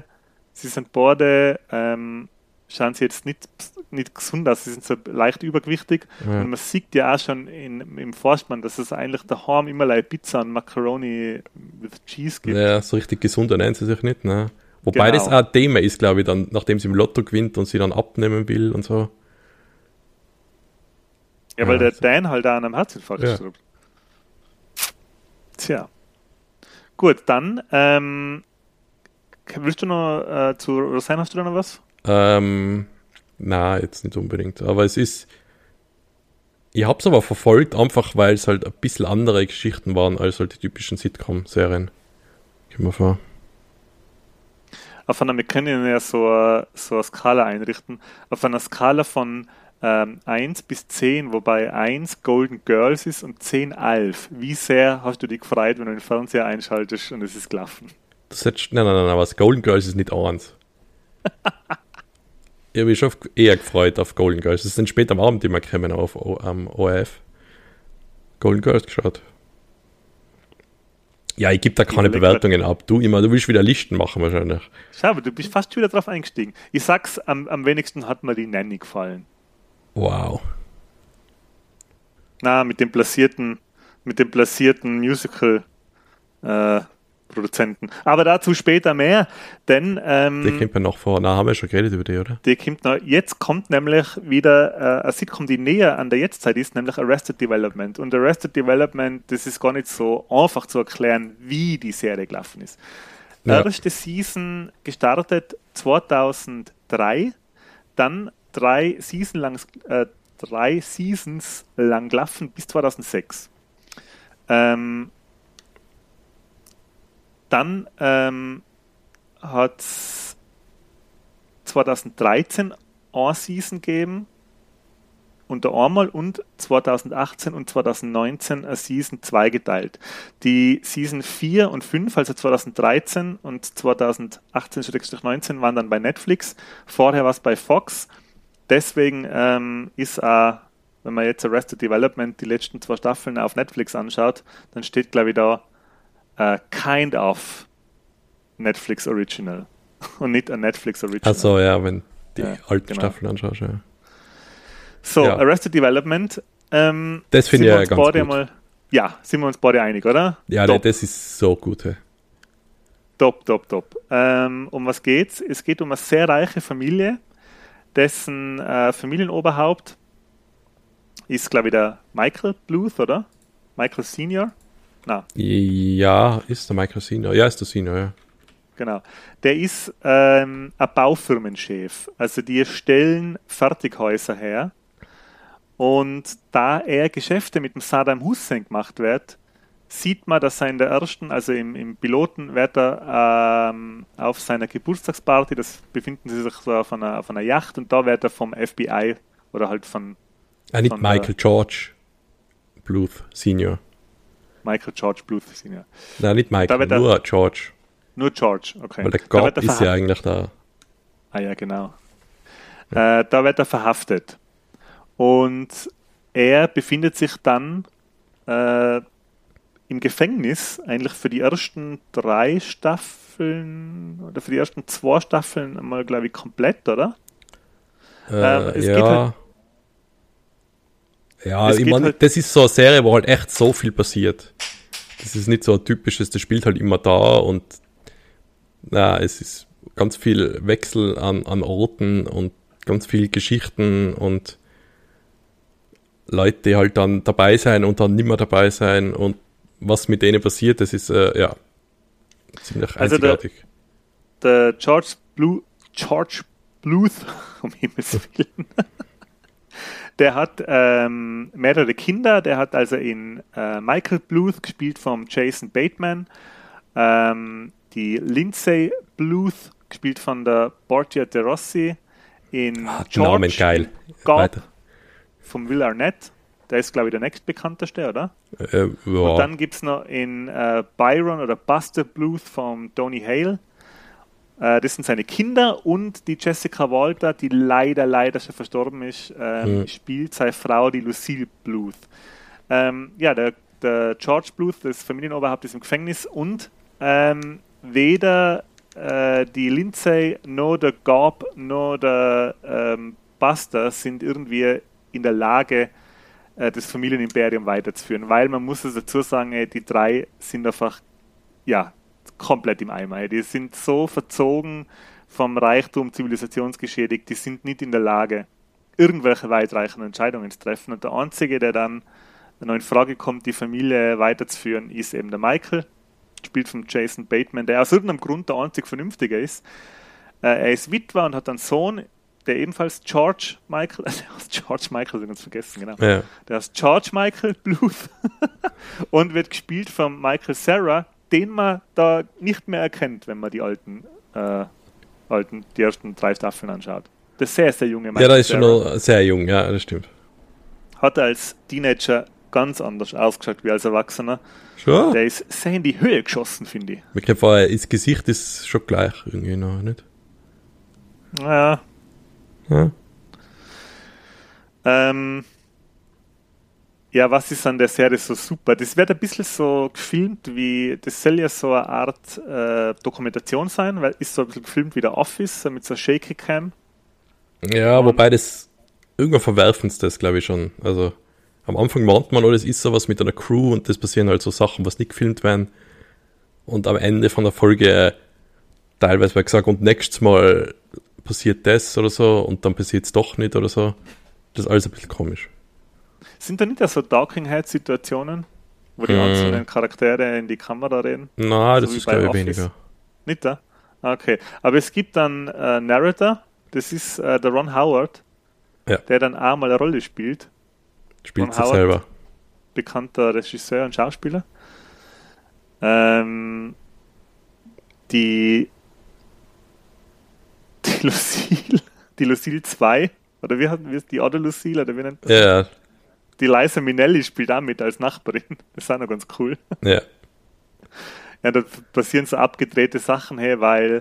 schauen sie jetzt nicht gesund aus, sie sind so leicht übergewichtig Ja. und man sieht ja auch schon im Vorspann, dass es eigentlich daheim immer Pizza und Macaroni with Cheese gibt. Ja, so richtig gesund ernähren sie sich nicht, ne? Wobei Genau. das auch ein Thema ist, glaube ich, dann, nachdem sie im Lotto gewinnt und sie dann abnehmen will und so. Ja, weil Ja, der Dan halt auch an einem Herzinfarkt Ja. stirbt. Tja. Gut, dann willst du noch zu Roseanne, hast du da noch was? Na, jetzt nicht unbedingt. Aber es ist. Ich habe es aber verfolgt, einfach weil es halt ein bisschen andere Geschichten waren als halt die typischen Sitcom-Serien. Gehen wir vor. Wir können ja so eine Skala einrichten. Auf einer Skala von 1 bis 10, wobei 1 Golden Girls ist und 10 Alf. Wie sehr hast du dich gefreut, wenn du den Fernseher einschaltest und es ist gelaufen? Nein, was Golden Girls ist nicht eins. Ich habe mich schon eher gefreut auf Golden Girls. Das sind später am Abend immer gekommen auf ORF. Golden Girls geschaut. Ja, ich gebe da keine überleg Bewertungen ab. Du willst wieder Listen machen wahrscheinlich. Schau, aber du bist fast schon wieder drauf eingestiegen. Ich sag's, am wenigsten hat mir die Nanny gefallen. Wow. Na, mit dem blasierten Musical Produzenten. Aber dazu später mehr, denn Die kommt ja noch vor. Na, haben wir schon geredet über die, oder? jetzt kommt nämlich wieder eine Sitcom, die näher an der Jetztzeit ist, nämlich Arrested Development. Und Arrested Development, das ist gar nicht so einfach zu erklären, wie die Serie gelaufen ist. Ja. Erste Season gestartet 2003, dann 3 Seasons lang gelaufen bis 2006. Dann hat es 2013 eine Season gegeben, unter einmal, und 2018 und 2019 eine Season 2 geteilt. Die Season 4 und 5, also 2013 und 2018-19, waren dann bei Netflix. Vorher war es bei Fox. Deswegen ist auch, wenn man jetzt Arrested Development die letzten 2 Staffeln auf Netflix anschaut, dann steht, glaube ich, da kind of Netflix Original und nicht ein Netflix Original. Achso, ja, wenn die alten genau. Staffeln anschaust, ja. So, Ja. Arrested Development. Das finde ich ja ganz gut. Sind wir uns beide einig, oder? Ja, Top. das ist so gut. Hey. Top. Um was geht's? Es geht um eine sehr reiche Familie, dessen Familienoberhaupt ist, glaube ich, der Michael Bluth, oder? Michael Senior? Na, Ja, ist der Michael Senior. Ja, ist der Senior, ja. genau. Der ist ein Baufirmenchef. Also die stellen Fertighäuser her. Und da er Geschäfte mit dem Saddam Hussein gemacht wird, sieht man, dass er in der ersten, also im Piloten, wird er auf seiner Geburtstagsparty, das befinden sie sich so auf einer Yacht, und da wird er vom FBI oder halt von Nicht von Michael George Bluth Senior. Michael George Bluth Senior. Nein, nicht Michael, Da wird nur George. Nur George, okay. Weil der Da Gott wird er ist ja eigentlich da. Ah ja, genau. Da wird er verhaftet. Und er befindet sich dann im Gefängnis, eigentlich für die ersten 3 Staffeln oder für die ersten 2 Staffeln einmal, glaube ich, komplett, oder? Es geht halt- Ja, es ich geht meine, halt- das ist so eine Serie, wo halt echt so viel passiert. Das ist nicht so ein typisches, das spielt halt immer da und es ist ganz viel Wechsel an Orten und ganz viel Geschichten und Leute, die halt dann dabei sein und dann nicht mehr dabei sein und was mit denen passiert, das ist ziemlich Also einzigartig. Der George Bluth, um Himmels Willen, der hat mehrere Kinder. Der hat also in Michael Bluth, gespielt vom Jason Bateman, die Lindsay Bluth, gespielt von der Portia de Rossi, in Namen geil. Gob Weiter. vom Will Arnett, der ist, glaube ich, der nächstbekannteste, oder? Ja. Und dann gibt es noch in Byron oder Buster Bluth von Tony Hale. Das sind seine Kinder, und die Jessica Walter, die leider schon verstorben ist, spielt seine Frau, die Lucille Bluth. Der George Bluth, das Familienoberhaupt, ist im Gefängnis, und weder die Lindsay noch der Gob noch der Buster sind irgendwie in der Lage, das Familienimperium weiterzuführen, weil man muss es dazu sagen, die 3 sind einfach komplett im Eimer. Die sind so verzogen vom Reichtum, zivilisationsgeschädigt, die sind nicht in der Lage, irgendwelche weitreichenden Entscheidungen zu treffen. Und der Einzige, der dann noch in Frage kommt, die Familie weiterzuführen, ist eben der Michael, gespielt von Jason Bateman, der aus irgendeinem Grund der einzig Vernünftige ist. Er ist Witwer und hat einen Sohn, der ebenfalls George Michael, George Michael, sind uns vergessen, genau. Ja. Der ist George Michael Bluth und wird gespielt von Michael Cera, den man da nicht mehr erkennt, wenn man die die ersten 3 Staffeln anschaut. Der sehr, sehr junge Ja, der ist schon noch sehr jung, ja, das stimmt. Hat als Teenager ganz anders ausgeschaut wie als Erwachsener. Schon? Der ist sehr in die Höhe geschossen, finde ich. Mir kommt vor, das Gesicht ist schon gleich irgendwie noch, nicht? Ja. Ja. Was ist an der Serie so super? Das wird ein bisschen so gefilmt wie, das soll ja so eine Art Dokumentation sein, weil ist so ein bisschen gefilmt wie der Office, so mit so Shaky Cam. Ja, wobei das irgendwann verwerfen sie das, glaube ich, schon. Also am Anfang meint man, das ist sowas mit einer Crew und das passieren halt so Sachen, was nicht gefilmt werden. und am Ende von der Folge teilweise wird gesagt, und nächstes Mal passiert das oder so und dann passiert es doch nicht oder so. Das ist alles ein bisschen komisch. Sind da nicht so Talking Head-Situationen, wo die einzelnen Charaktere in die Kamera reden? Nein, So das wie ist bei glaube ich Office? weniger. Nicht da? Okay. Aber es gibt dann Narrator, das ist der Ron Howard, Ja. der dann auch mal eine Rolle spielt. Spielt Ron sich Howard. selber. Bekannter Regisseur und Schauspieler. Die Lucille 2, oder wie ist die Other Lucille, oder wie nennt man Ja, die Liza Minnelli spielt auch mit als Nachbarin. Das ist auch noch ganz cool. ja. Ja, da passieren so abgedrehte Sachen, hey, weil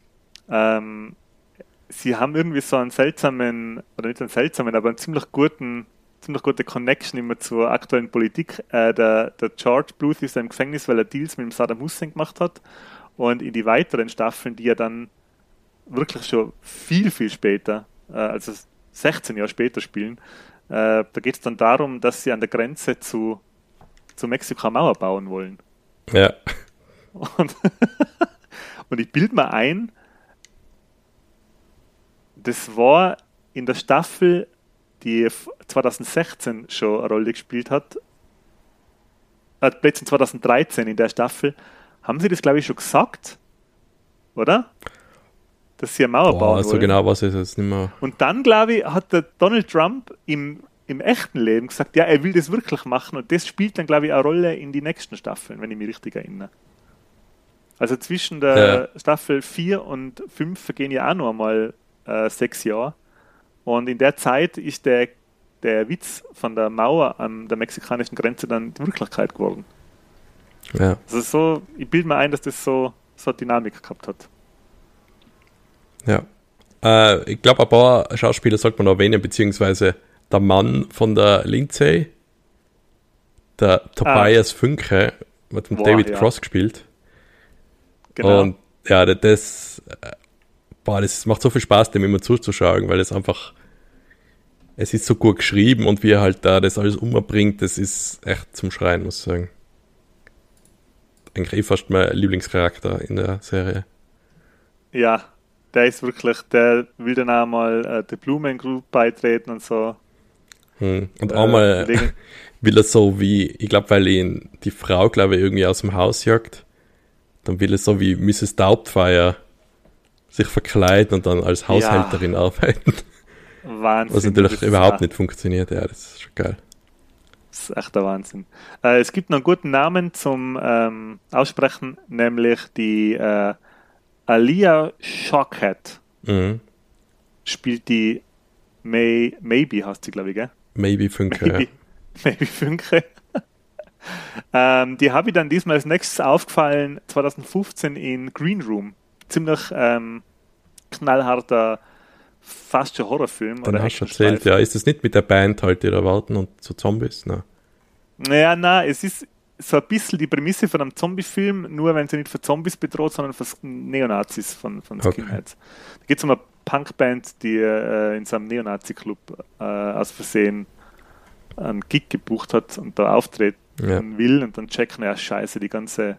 sie haben irgendwie so einen seltsamen, oder nicht einen seltsamen, aber einen ziemlich gute Connection immer zur aktuellen Politik. Der George Bluth ist ja im Gefängnis, weil er Deals mit dem Saddam Hussein gemacht hat. Und in die weiteren Staffeln, die ja dann wirklich schon viel, viel später, also 16 Jahre später spielen, da geht es dann darum, dass sie an der Grenze zu Mexiko eine Mauer bauen wollen. Ja. Und, und ich bilde mir ein, das war in der Staffel, die 2016 schon eine Rolle gespielt hat, plötzlich 2013 in der Staffel, haben sie das, glaube ich, schon gesagt, oder? Dass sie eine Mauer bauen wollen. So genau was ist jetzt nicht mehr. Und dann, glaube ich, hat der Donald Trump im echten Leben gesagt, ja, er will das wirklich machen und das spielt dann, glaube ich, eine Rolle in die nächsten Staffeln, wenn ich mich richtig erinnere. Also zwischen der Staffel 4 und 5 vergehen ja auch noch einmal 6 Jahre. Und in der Zeit ist der Witz von der Mauer an der mexikanischen Grenze dann die Wirklichkeit geworden. Ja. Also so, ich bilde mir ein, dass das so eine Dynamik gehabt hat. Ja. Ich glaube, ein paar Schauspieler sollte man noch erwähnen, beziehungsweise der Mann von der Lindsay, der Tobias Funke, hat mit David Cross gespielt. Genau. Und ja, das macht so viel Spaß, dem immer zuzuschauen, weil es ist so gut geschrieben und wie er halt da das alles umbringt, das ist echt zum Schreien, muss ich sagen. Eigentlich fast mein Lieblingscharakter in der Serie. Ja, der ist wirklich, der will dann auch mal der Blumen Group beitreten und so. Und einmal will er so wie, ich glaube, weil ihn die Frau, glaube ich, irgendwie aus dem Haus jagt, dann will er so wie Mrs. Doubtfire sich verkleiden und dann als Haushälterin arbeiten. Wahnsinn. Was natürlich überhaupt nicht funktioniert, ja, das ist schon geil. Das ist echt der Wahnsinn. Es gibt noch einen guten Namen zum Aussprechen, nämlich die Alia Shawkat. Spielt die Maybe, heißt sie, glaube ich, gell? Maybe Funke. Maybe Funke. Die habe ich dann diesmal als nächstes aufgefallen, 2015 in Green Room. Ziemlich knallharter, fast schon Horrorfilm. Dann hast du erzählt, ja. Ist das nicht mit der Band halt, die da warten und so Zombies? Nein. Naja, nein, es ist so ein bisschen die Prämisse von einem Zombie-Film, nur wenn sie nicht von Zombies bedroht, sondern von Neonazis, von Skinheads. Da geht es um eine Punkband, die in so einem Neonazi-Club aus Versehen einen Gig gebucht hat und da auftreten will und dann checken, ja scheiße, der ganze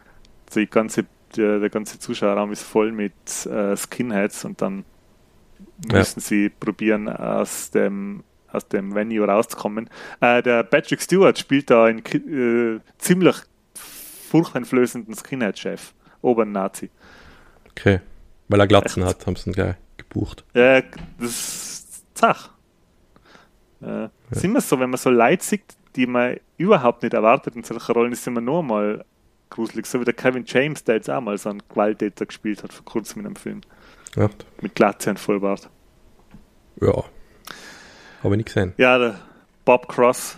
Zuschauerraum ist voll mit Skinheads und dann müssen sie probieren, aus dem Venue rauszukommen. Der Patrick Stewart spielt da einen ziemlich furchteinflößenden Skinhead-Chef, Obernazi. Okay, weil er Glatzen hat, haben sie ihn gleich gebucht. Ja, das ist Zach. Ist immer so, wenn man so Leute sieht, die man überhaupt nicht erwartet in solchen Rollen, ist immer nur mal gruselig. So wie der Kevin James, der jetzt auch mal so einen Gewalttäter gespielt hat, vor kurzem in einem Film. Ja. Mit Glatze und Vollbart. Ja. Habe ich nicht gesehen. Ja, der Bob Cross.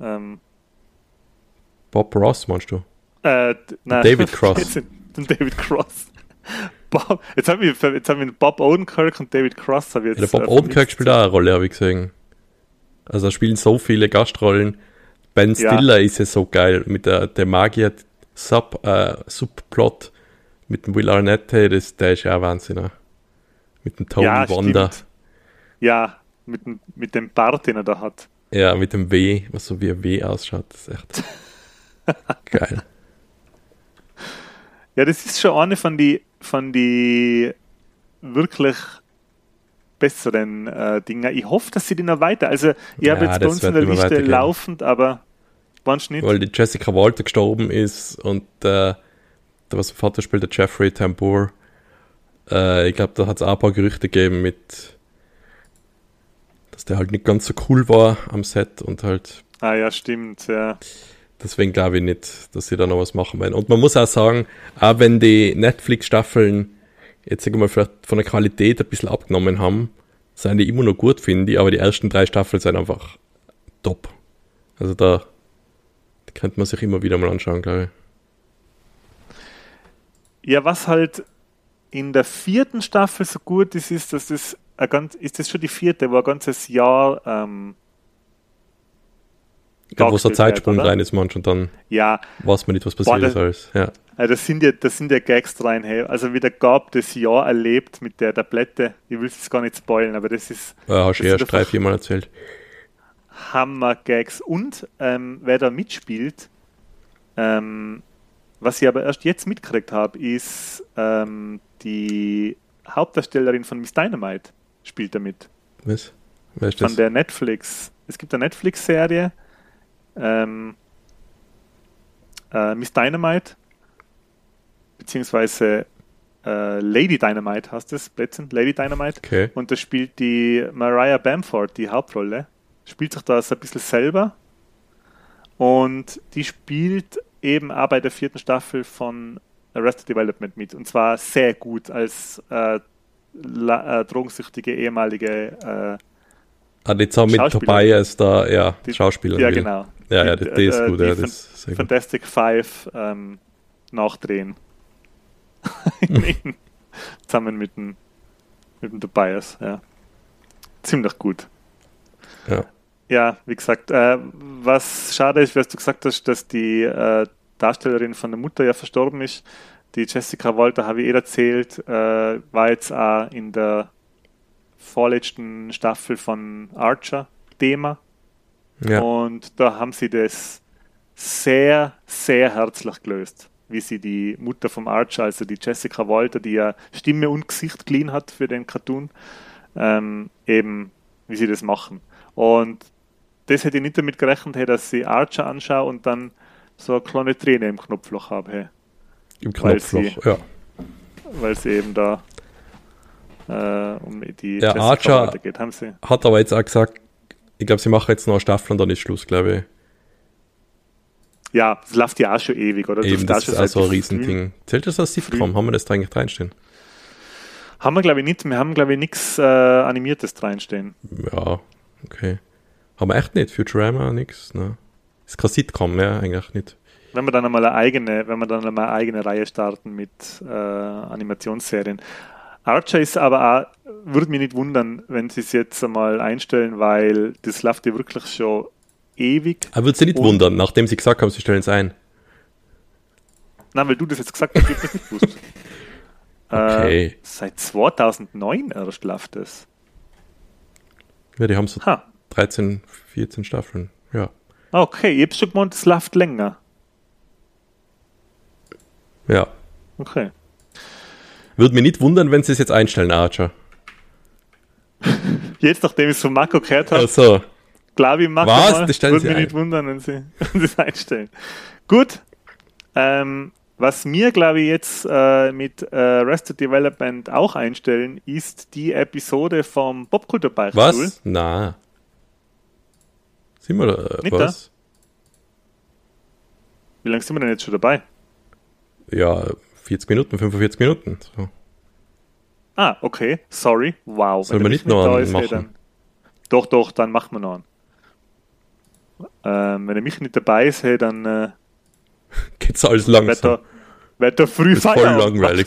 Bob Ross, meinst du? Nein, David Cross. Den David Cross. Jetzt haben wir Bob Odenkirk und David Cross. Der Bob Odenkirk spielt auch eine Rolle, habe ich gesehen. Also da spielen so viele Gastrollen. Ben Stiller ist ja so geil mit der Magier Subplot mit dem Will Arnett, der ist ja auch Wahnsinn. Mit dem Tony Wanda. Stimmt. Ja, mit dem Bart, den er da hat. Ja, mit dem W, was so wie ein W ausschaut. Das ist echt geil. Ja, das ist schon eine von die wirklich besseren Dinger. Ich hoffe, dass sie die noch weiter. Also, ich habe jetzt bei uns in der Liste laufend, aber wann nicht. Weil die Jessica Walter gestorben ist und der was im Vater spielt, der Jeffrey Tambor. Ich glaube, da hat es auch ein paar Gerüchte gegeben dass der halt nicht ganz so cool war am Set und halt. Ah ja, stimmt, ja. Deswegen glaube ich nicht, dass sie da noch was machen werden. Und man muss auch sagen, auch wenn die Netflix-Staffeln jetzt sagen wir mal vielleicht von der Qualität ein bisschen abgenommen haben, sind die immer noch gut, finde ich, aber die ersten 3 Staffeln sind einfach top. Also die könnte man sich immer wieder mal anschauen, glaube ich. Ja, was halt in der 4. Staffel so gut ist, dass das ist das schon die 4., wo ein ganzes Jahr wo es ein Zeitsprung rein ist manchmal und dann weiß man nicht, was passiert ist alles. Ja. Also das sind ja Gags rein. Hey. Also wie der Gab das Jahr erlebt mit der Tablette, ich will es gar nicht spoilen, aber das ist... Ja, hast du erst 3-4 Mal erzählt. Hammer-Gags. Und wer da mitspielt, was ich aber erst jetzt mitgekriegt habe, ist die Hauptdarstellerin von Miss Dynamite spielt damit. Was? Wer ist das? Von der Netflix. Es gibt eine Netflix-Serie, Miss Dynamite, beziehungsweise Lady Dynamite heißt es, Blödsinn, Lady Dynamite. Okay. Und da spielt die Mariah Bamford die Hauptrolle. Spielt sich da so ein bisschen selber. Und die spielt eben auch bei der 4. Staffel von Arrested Development mit. Und zwar sehr gut als drogensüchtige ehemalige die zusammen mit dabei ist da, ja, Schauspielerin. Ja, genau. Ja, die ist gut. Ja, das ist sehr Fantastic gut. Five nachdrehen. Zusammen mit dem Tobias, ja. Ziemlich gut. Ja. Ja, wie gesagt, was schade ist, was du gesagt hast, dass die Darstellerin von der Mutter ja verstorben ist. Die Jessica Walter, habe ich erzählt, war jetzt auch in der vorletzten Staffel von Archer Thema. Ja. Und da haben sie das sehr, sehr herzlich gelöst, wie sie die Mutter vom Archer, also die Jessica Walter, die ja Stimme und Gesicht geliehen hat für den Cartoon, eben wie sie das machen. Und das hätte ich nicht damit gerechnet, dass ich Archer anschaue und dann so eine kleine Träne im Knopfloch habe. Hey. Im Knopfloch, ja. Weil sie eben da um die Jessica Archer Walter geht. Haben sie hat aber jetzt auch gesagt, ich glaube, sie machen jetzt noch eine Staffel und dann ist Schluss, glaube ich. Ja, das läuft ja auch schon ewig, oder? Eben, das ist auch so ein Riesending. Zählt das als Sitcom? Haben wir das da eigentlich reinstehen? Haben wir, glaube ich, nicht. Wir haben, glaube ich, nichts Animiertes reinstehen. Ja, okay. Haben wir echt nicht. Futurama, nix. Ne? Ist kein Sitcom, ja, eigentlich nicht. Wenn wir dann einmal eine eigene Reihe starten mit Animationsserien. Archer ist aber auch, würde mich nicht wundern, wenn sie es jetzt einmal einstellen, weil das läuft ja wirklich schon ewig. Aber würde sie nicht wundern, nachdem sie gesagt haben, sie stellen es ein? Nein, weil du das jetzt gesagt hast, ich habe das nicht gewusst. Okay. Seit 2009 erst läuft das. Ja, die haben so 13, 14 Staffeln, ja. Okay, ich habe schon gemeint, es läuft länger. Ja. Okay. Würde mich nicht wundern, wenn sie es jetzt einstellen, Archer. Jetzt, nachdem ich es von Marco gehört habe, also, glaube ich, Marco würde mich nicht wundern, wenn sie es einstellen. Gut. Was mir, glaube ich, jetzt mit Arrested Development auch einstellen, ist die Episode vom Popkultur-Beichtstuhl. Was? Na. Sind wir da? Nicht was? Da? Wie lange sind wir denn jetzt schon dabei? Ja, 40 Minuten, 45 Minuten. So. Ah, okay. Sorry. Wow. Sollen wir nicht noch einen machen? Doch, dann machen wir noch einen. Wenn er mich nicht dabei ist, hey, dann geht's alles langsam. Wird da früh das ist voll langweilig.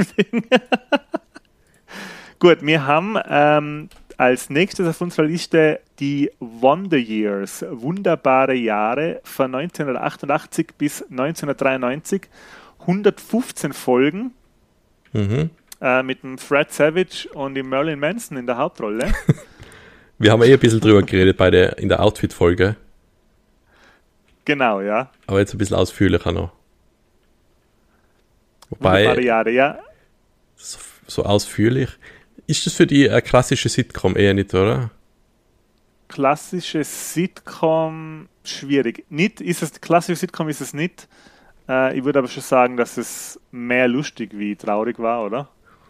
Gut, wir haben als nächstes auf unserer Liste die Wonder Years, wunderbare Jahre von 1988 bis 1993. 115 Folgen mit dem Fred Savage und dem Marilyn Manson in der Hauptrolle. Wir haben ein bisschen drüber geredet in der Outfit-Folge. Genau, ja. Aber jetzt ein bisschen ausführlicher noch. Wobei, Wunderbare Jahre, ja. so ausführlich. Ist das für die eine klassische Sitcom? Eher nicht, oder? Klassische Sitcom, schwierig. Klassische Sitcom ist es nicht. Ich würde aber schon sagen, dass es mehr lustig wie traurig war, oder?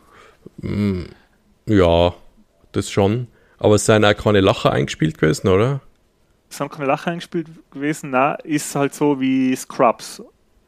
Ja, das schon. Aber es sind auch keine Lacher eingespielt gewesen, oder? Es haben keine Lacher eingespielt gewesen. Na, ist halt so wie Scrubs.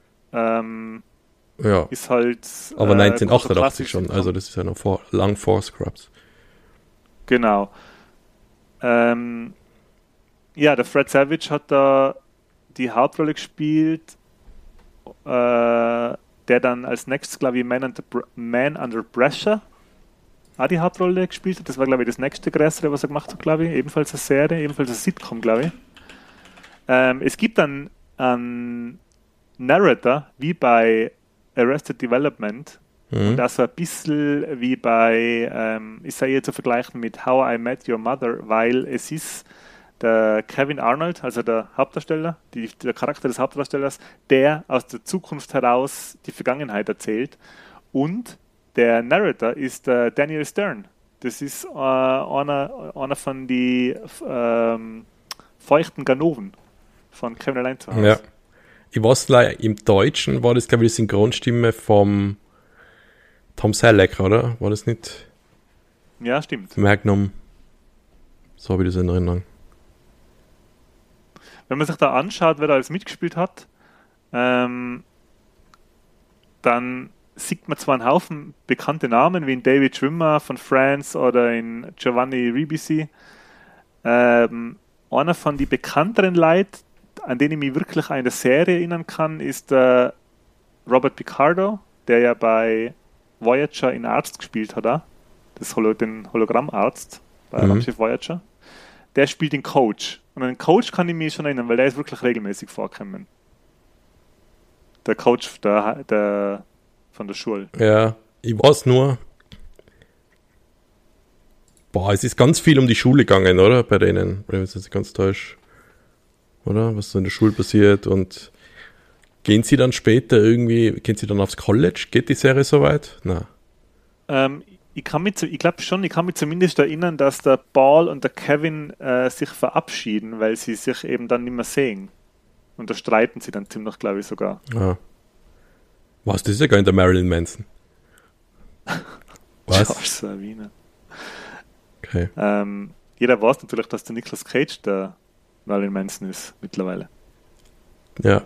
Ja. Ist halt. Aber 1988 so schon, also das ist ja noch lang vor Scrubs. Genau. Ja, der Fred Savage hat da die Hauptrolle gespielt, der dann als nächstes, glaube ich, Man Under Pressure auch die Hauptrolle gespielt hat. Das war, glaube ich, das nächste Größere, was er gemacht hat, glaube ich. Ebenfalls eine Serie, ebenfalls ein Sitcom, glaube ich. Es gibt dann einen Narrator, wie bei Arrested Development, und auch so ein bisschen wie bei, ich sage jetzt zu vergleichen mit How I Met Your Mother, weil es ist der Kevin Arnold, also der Hauptdarsteller, der Charakter des Hauptdarstellers, der aus der Zukunft heraus die Vergangenheit erzählt, und der Narrator ist Daniel Stern. Das ist einer von die feuchten Ganoven von Kevin allein zu Hause. Ja. Ich weiß, im Deutschen war das, glaube ich, die Synchronstimme vom Tom Selleck, oder? War das nicht? Ja, stimmt. Magnum. So habe ich das in Erinnerung. Wenn man sich da anschaut, wer da alles mitgespielt hat, dann sieht man zwar einen Haufen bekannte Namen, wie in David Schwimmer von Friends oder in Giovanni Ribisi. Einer von den bekannteren Leuten, an den ich mich wirklich an der Serie erinnern kann, ist Robert Picardo, der ja bei Voyager in Arzt gespielt hat, den Hologrammarzt bei Raumschiff Voyager. Der spielt den Coach. Und an den Coach kann ich mich schon erinnern, weil der ist wirklich regelmäßig vorgekommen. Der Coach von der Schule. Ja, ich weiß nur, es ist ganz viel um die Schule gegangen, oder? Bei denen, wenn ich mich ganz täusche. Oder? Was so in der Schule passiert, und gehen sie dann aufs College? Geht die Serie so weit? Nein. Ich kann mich zumindest erinnern, dass der Paul und der Kevin sich verabschieden, weil sie sich eben dann nicht mehr sehen. Und da streiten sie dann ziemlich, glaube ich, sogar. Ja. Was, das ist ja gar nicht der Marilyn Manson. Was? George Savina. Okay. Jeder weiß natürlich, dass der Nicolas Cage der Marilyn Manson ist, mittlerweile. Ja.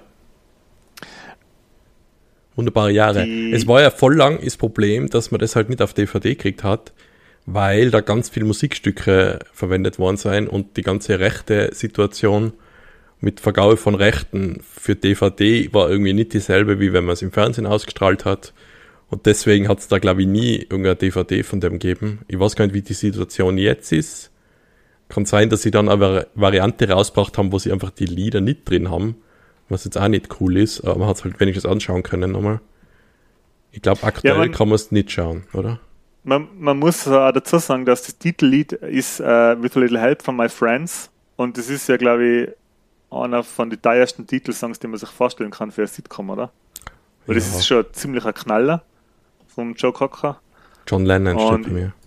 Wunderbare Jahre. Es war ja voll lang das Problem, dass man das halt nicht auf DVD gekriegt hat, weil da ganz viele Musikstücke verwendet worden sind und die ganze rechte Situation mit Vergabe von Rechten für DVD war irgendwie nicht dieselbe, wie wenn man es im Fernsehen ausgestrahlt hat. Und deswegen hat es da, glaube ich, nie irgendeine DVD von dem gegeben. Ich weiß gar nicht, wie die Situation jetzt ist. Kann sein, dass sie dann eine Variante rausgebracht haben, wo sie einfach die Lieder nicht drin haben, was jetzt auch nicht cool ist, aber man hat es halt wenigstens anschauen können nochmal. Ich glaube, aktuell kann man es nicht schauen, oder? Man muss dazu sagen, dass das Titellied ist With a Little Help from My Friends, und das ist ja, glaube ich, einer von den teuersten Titelsongs, die man sich vorstellen kann für ein Sitcom, oder? Weil das ist schon ein ziemlicher Knaller vom Joe Cocker. John Lennon steht bei mir.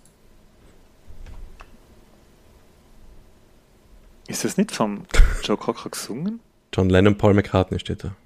Ist das nicht vom Joe Cocker gesungen? John Lennon, Paul McCartney steht da.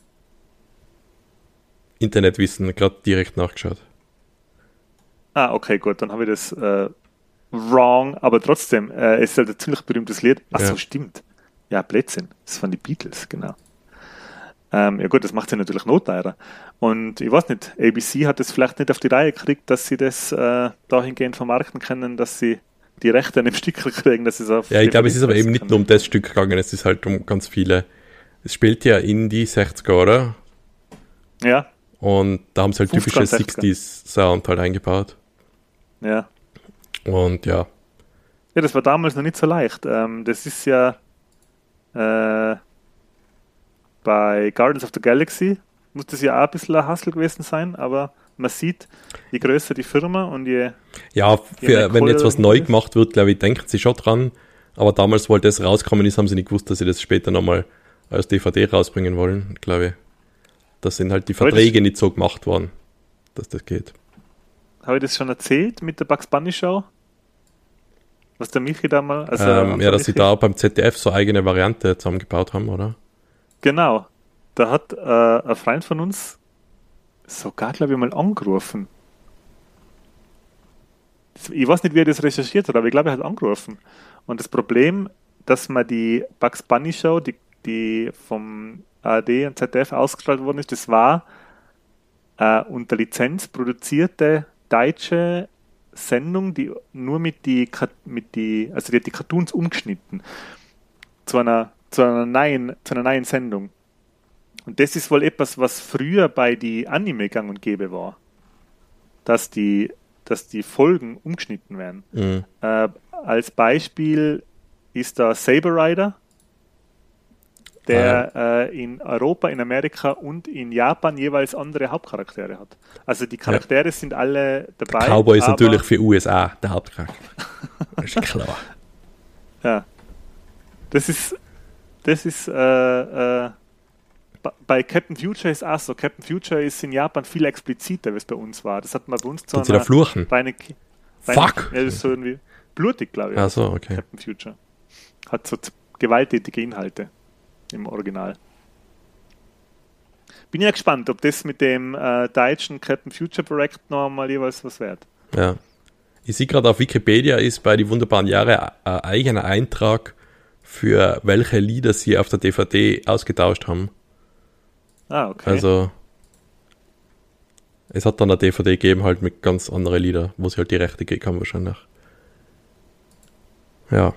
Internetwissen, gerade direkt nachgeschaut. Okay, gut, dann habe ich das wrong, aber trotzdem, es ist halt ein ziemlich berühmtes Lied. So, stimmt. Ja, Blödsinn. Das waren die Beatles, genau. Ja gut, das macht sie natürlich noch teurer. Und ich weiß nicht, ABC hat es vielleicht nicht auf die Reihe gekriegt, dass sie das dahingehend vermarkten können, dass sie die Rechte an dem Stück kriegen, dass sie es auf... Ja, ich glaube, es ist aber eben nicht nur um das Stück gegangen, es ist halt um ganz viele. Es spielt ja in die 60er, oder? Ja. Und da haben sie halt typische 60s-Sound halt eingebaut. Ja. Und ja. Ja, das war damals noch nicht so leicht. Das ist ja bei Guardians of the Galaxy muss das ja auch ein bisschen ein Hustle gewesen sein, aber man sieht, je größer die Firma und je... Ja, wenn jetzt was neu gemacht wird, glaube ich, denken sie schon dran, aber damals, wo das rauskommen ist, haben sie nicht gewusst, dass sie das später nochmal als DVD rausbringen wollen, glaube ich. Da sind halt die Verträge nicht so gemacht worden. dass das geht. Habe ich das schon erzählt mit der Bugs Bunny Show? Was der Michi da mal... Also ja, dass sie da beim ZDF so eigene Variante zusammengebaut haben, oder? Genau. Da hat ein Freund von uns sogar, glaube ich, mal angerufen. Ich weiß nicht, wie er das recherchiert hat, aber ich glaube, er hat angerufen. Und das Problem, dass man die Bugs Bunny Show, die vom ARD und ZDF ausgestrahlt worden ist, das war unter Lizenz produzierte deutsche Sendung, die nur also die hat die Cartoons umgeschnitten zu einer neuen Sendung. Und das ist wohl etwas, was früher bei die Anime gang und gäbe war. Dass die Folgen umgeschnitten werden. Mhm. Als Beispiel ist da Saber Rider, der in Europa, in Amerika und in Japan jeweils andere Hauptcharaktere hat. Also die Charaktere sind alle dabei. Der Cowboy ist natürlich für USA der Hauptcharakter. Das ist klar. Ja. Das ist bei Captain Future ist auch so. Captain Future ist in Japan viel expliziter, wie es bei uns war. Das hat man bei uns zu einer fluchen. Fuck! Ja, das ist so irgendwie blutig, glaube ich. Ach so, okay. Captain Future. Hat so gewalttätige Inhalte im Original. Bin ja gespannt, ob das mit dem deutschen Captain Future Projekt noch mal jeweils was wert. Ja. Ich sehe gerade auf Wikipedia ist bei die wunderbaren Jahre ein eigener Eintrag für welche Lieder sie auf der DVD ausgetauscht haben. Ah, okay. Also es hat dann eine DVD gegeben halt mit ganz anderen Liedern, wo sie halt die Rechte gegeben haben wahrscheinlich. Ja.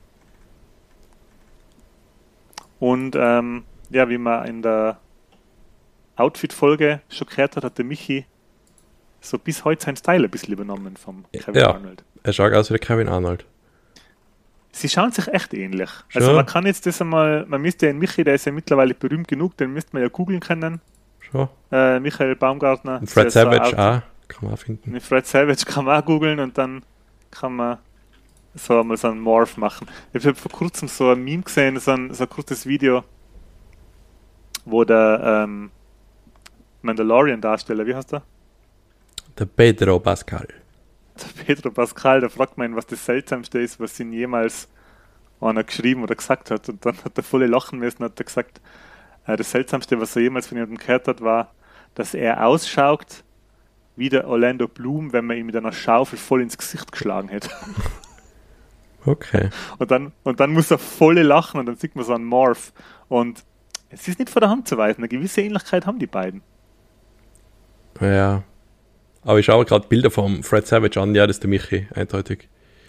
Und ja, wie man in der Outfit-Folge schon gehört hat, hat der Michi so bis heute seinen Style ein bisschen übernommen vom Kevin Arnold. Er schaut aus wie der Kevin Arnold. Sie schauen sich echt ähnlich. Schon? Also man kann jetzt das einmal, man müsste den Michi, der ist ja mittlerweile berühmt genug, den müsste man ja googeln können. Schon. Michael Baumgartner. Und Fred Savage auch, kann man auch finden. Fred Savage kann man auch googeln und dann kann man so einmal so einen Morph machen. Ich habe vor kurzem so ein Meme gesehen, so ein kurzes Video, wo der Mandalorian-Darsteller, wie heißt der? Der Pedro Pascal. Der Pedro Pascal, da fragt man ihn, was das Seltsamste ist, was ihn jemals einer geschrieben oder gesagt hat. Und dann hat er voll lachen müssen, hat er gesagt, das Seltsamste, was er jemals von jemandem gehört hat, war, dass er ausschaut wie der Orlando Bloom, wenn man ihn mit einer Schaufel voll ins Gesicht geschlagen hätte. Okay. Und dann muss er voll lachen und dann sieht man so einen Morph. Und es ist nicht von der Hand zu weisen, eine gewisse Ähnlichkeit haben die beiden. Ja. Aber ich schaue gerade Bilder vom Fred Savage an, ja, das ist der Michi, eindeutig.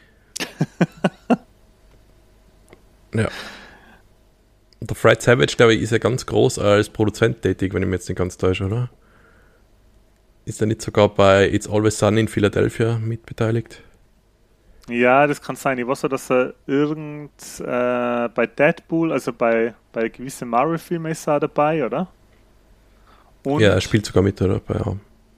Ja. Und der Fred Savage, glaube ich, ist ja ganz groß als Produzent tätig, wenn ich mich jetzt nicht ganz täusche, oder? Ist er nicht sogar bei It's Always Sunny in Philadelphia mitbeteiligt? Ja, das kann sein. Ich weiß ja, dass er bei Deadpool, also bei gewissen Marvel-Filmen ist er dabei, oder? Und ja, er spielt sogar mit, oder? Ja.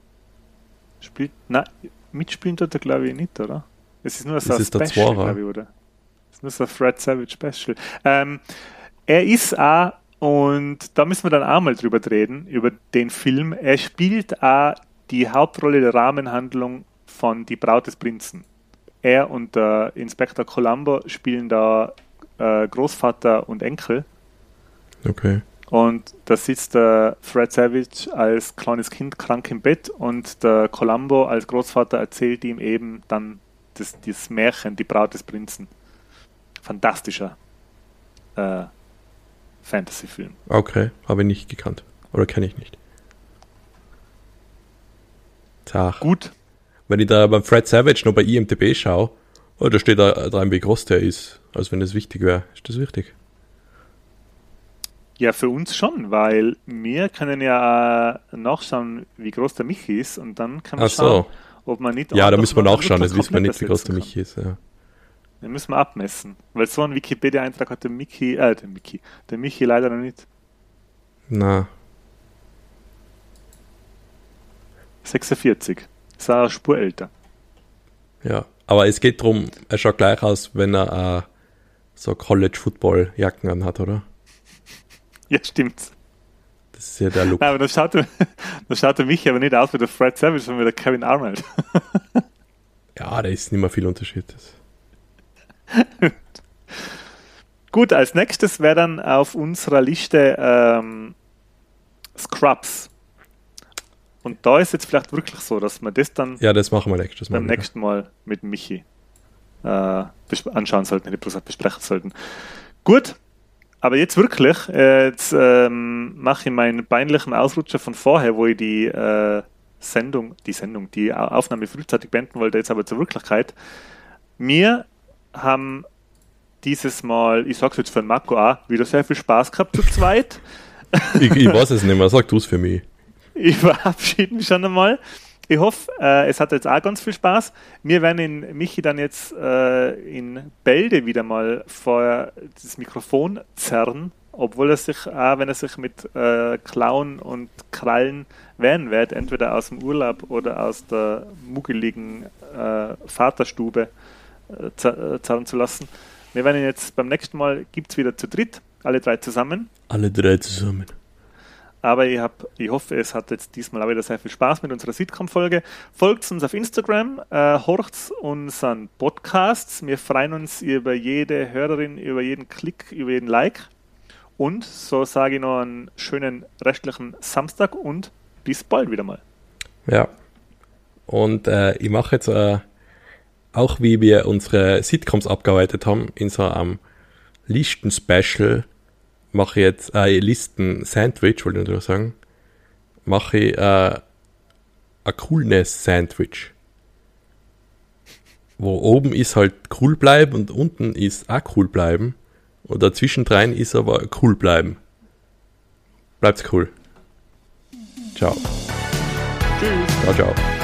Mitspielen tut er, glaube ich, nicht, oder? Es ist nur so ein Special, glaube ich, oder? Es ist nur so ein Fred Savage Special. Er ist auch, und da müssen wir dann auch mal drüber reden, über den Film, er spielt auch die Hauptrolle der Rahmenhandlung von Die Braut des Prinzen. Er und der Inspektor Columbo spielen da Großvater und Enkel. Okay. Und da sitzt der Fred Savage als kleines Kind krank im Bett und der Columbo als Großvater erzählt ihm eben dann das Märchen, Die Braut des Prinzen. Fantastischer Fantasy-Film. Okay, habe ich nicht gekannt. Oder kenne ich nicht. Tag. Gut. Wenn ich da beim Fred Savage noch bei IMDb schaue, da steht da dran, wie groß der ist. Als wenn das wichtig wäre. Ist das wichtig? Ja, für uns schon, weil wir können ja nachschauen, wie groß der Michi ist und dann kann man schauen, ob man nicht... Ja, da müssen wir nachschauen, das wissen wir nicht, wie groß der Michi ist. Ja. Den müssen wir abmessen, weil so einen Wikipedia-Eintrag hat der Michi leider noch nicht. Na. 46. Ist auch eine Spur älter. Ja, aber es geht darum, er schaut gleich aus, wenn er so College-Football-Jacken anhat, oder? Ja, stimmt. Das ist ja der Look. Nein, aber das schaut der Michi aber nicht aus wie der Fred Savage, sondern wie der Kevin Arnold. Ja, da ist nicht mehr viel Unterschied. Gut, als nächstes wäre dann auf unserer Liste Scrubs. Und da ist jetzt vielleicht wirklich so, dass wir das dann Ja, das machen wir nächstes Mal. beim nächsten Mal mit Michi anschauen sollten, nicht bloß besprechen sollten. Gut, aber jetzt wirklich, jetzt mache ich meinen peinlichen Ausrutscher von vorher, wo ich die Aufnahme frühzeitig beenden wollte, jetzt aber zur Wirklichkeit. Wir haben dieses Mal, ich sag's jetzt für den Marco auch, wieder sehr viel Spaß gehabt zu zweit. Ich weiß es nicht mehr, sag du es für mich. Ich verabschiede mich schon einmal. Ich hoffe, es hat jetzt auch ganz viel Spaß. Wir werden in Michi dann jetzt in Bälde wieder mal vor das Mikrofon zerren, obwohl er sich, auch wenn er sich mit Klauen und Krallen wehren wird, entweder aus dem Urlaub oder aus der muggeligen Vaterstube zerren zu lassen. Wir werden ihn jetzt beim nächsten Mal, gibt es wieder zu dritt, alle drei zusammen. Alle drei zusammen. Aber ich hoffe, es hat jetzt diesmal auch wieder sehr viel Spaß mit unserer Sitcom-Folge. Folgt uns auf Instagram, horcht unseren Podcasts. Wir freuen uns über jede Hörerin, über jeden Klick, über jeden Like. Und so sage ich noch einen schönen restlichen Samstag und bis bald wieder mal. Ja. Und ich mache jetzt auch, wie wir unsere Sitcoms abgearbeitet haben, in so einem Listen-Special, mache ich jetzt Listen-Sandwich, wollte ich nur sagen, mache ich ein Coolness-Sandwich. Wo oben ist halt cool bleiben und unten ist auch cool bleiben. Und dazwischen drein ist aber cool bleiben. Bleibt's cool. Ciao. Tschüss. Ciao, ciao.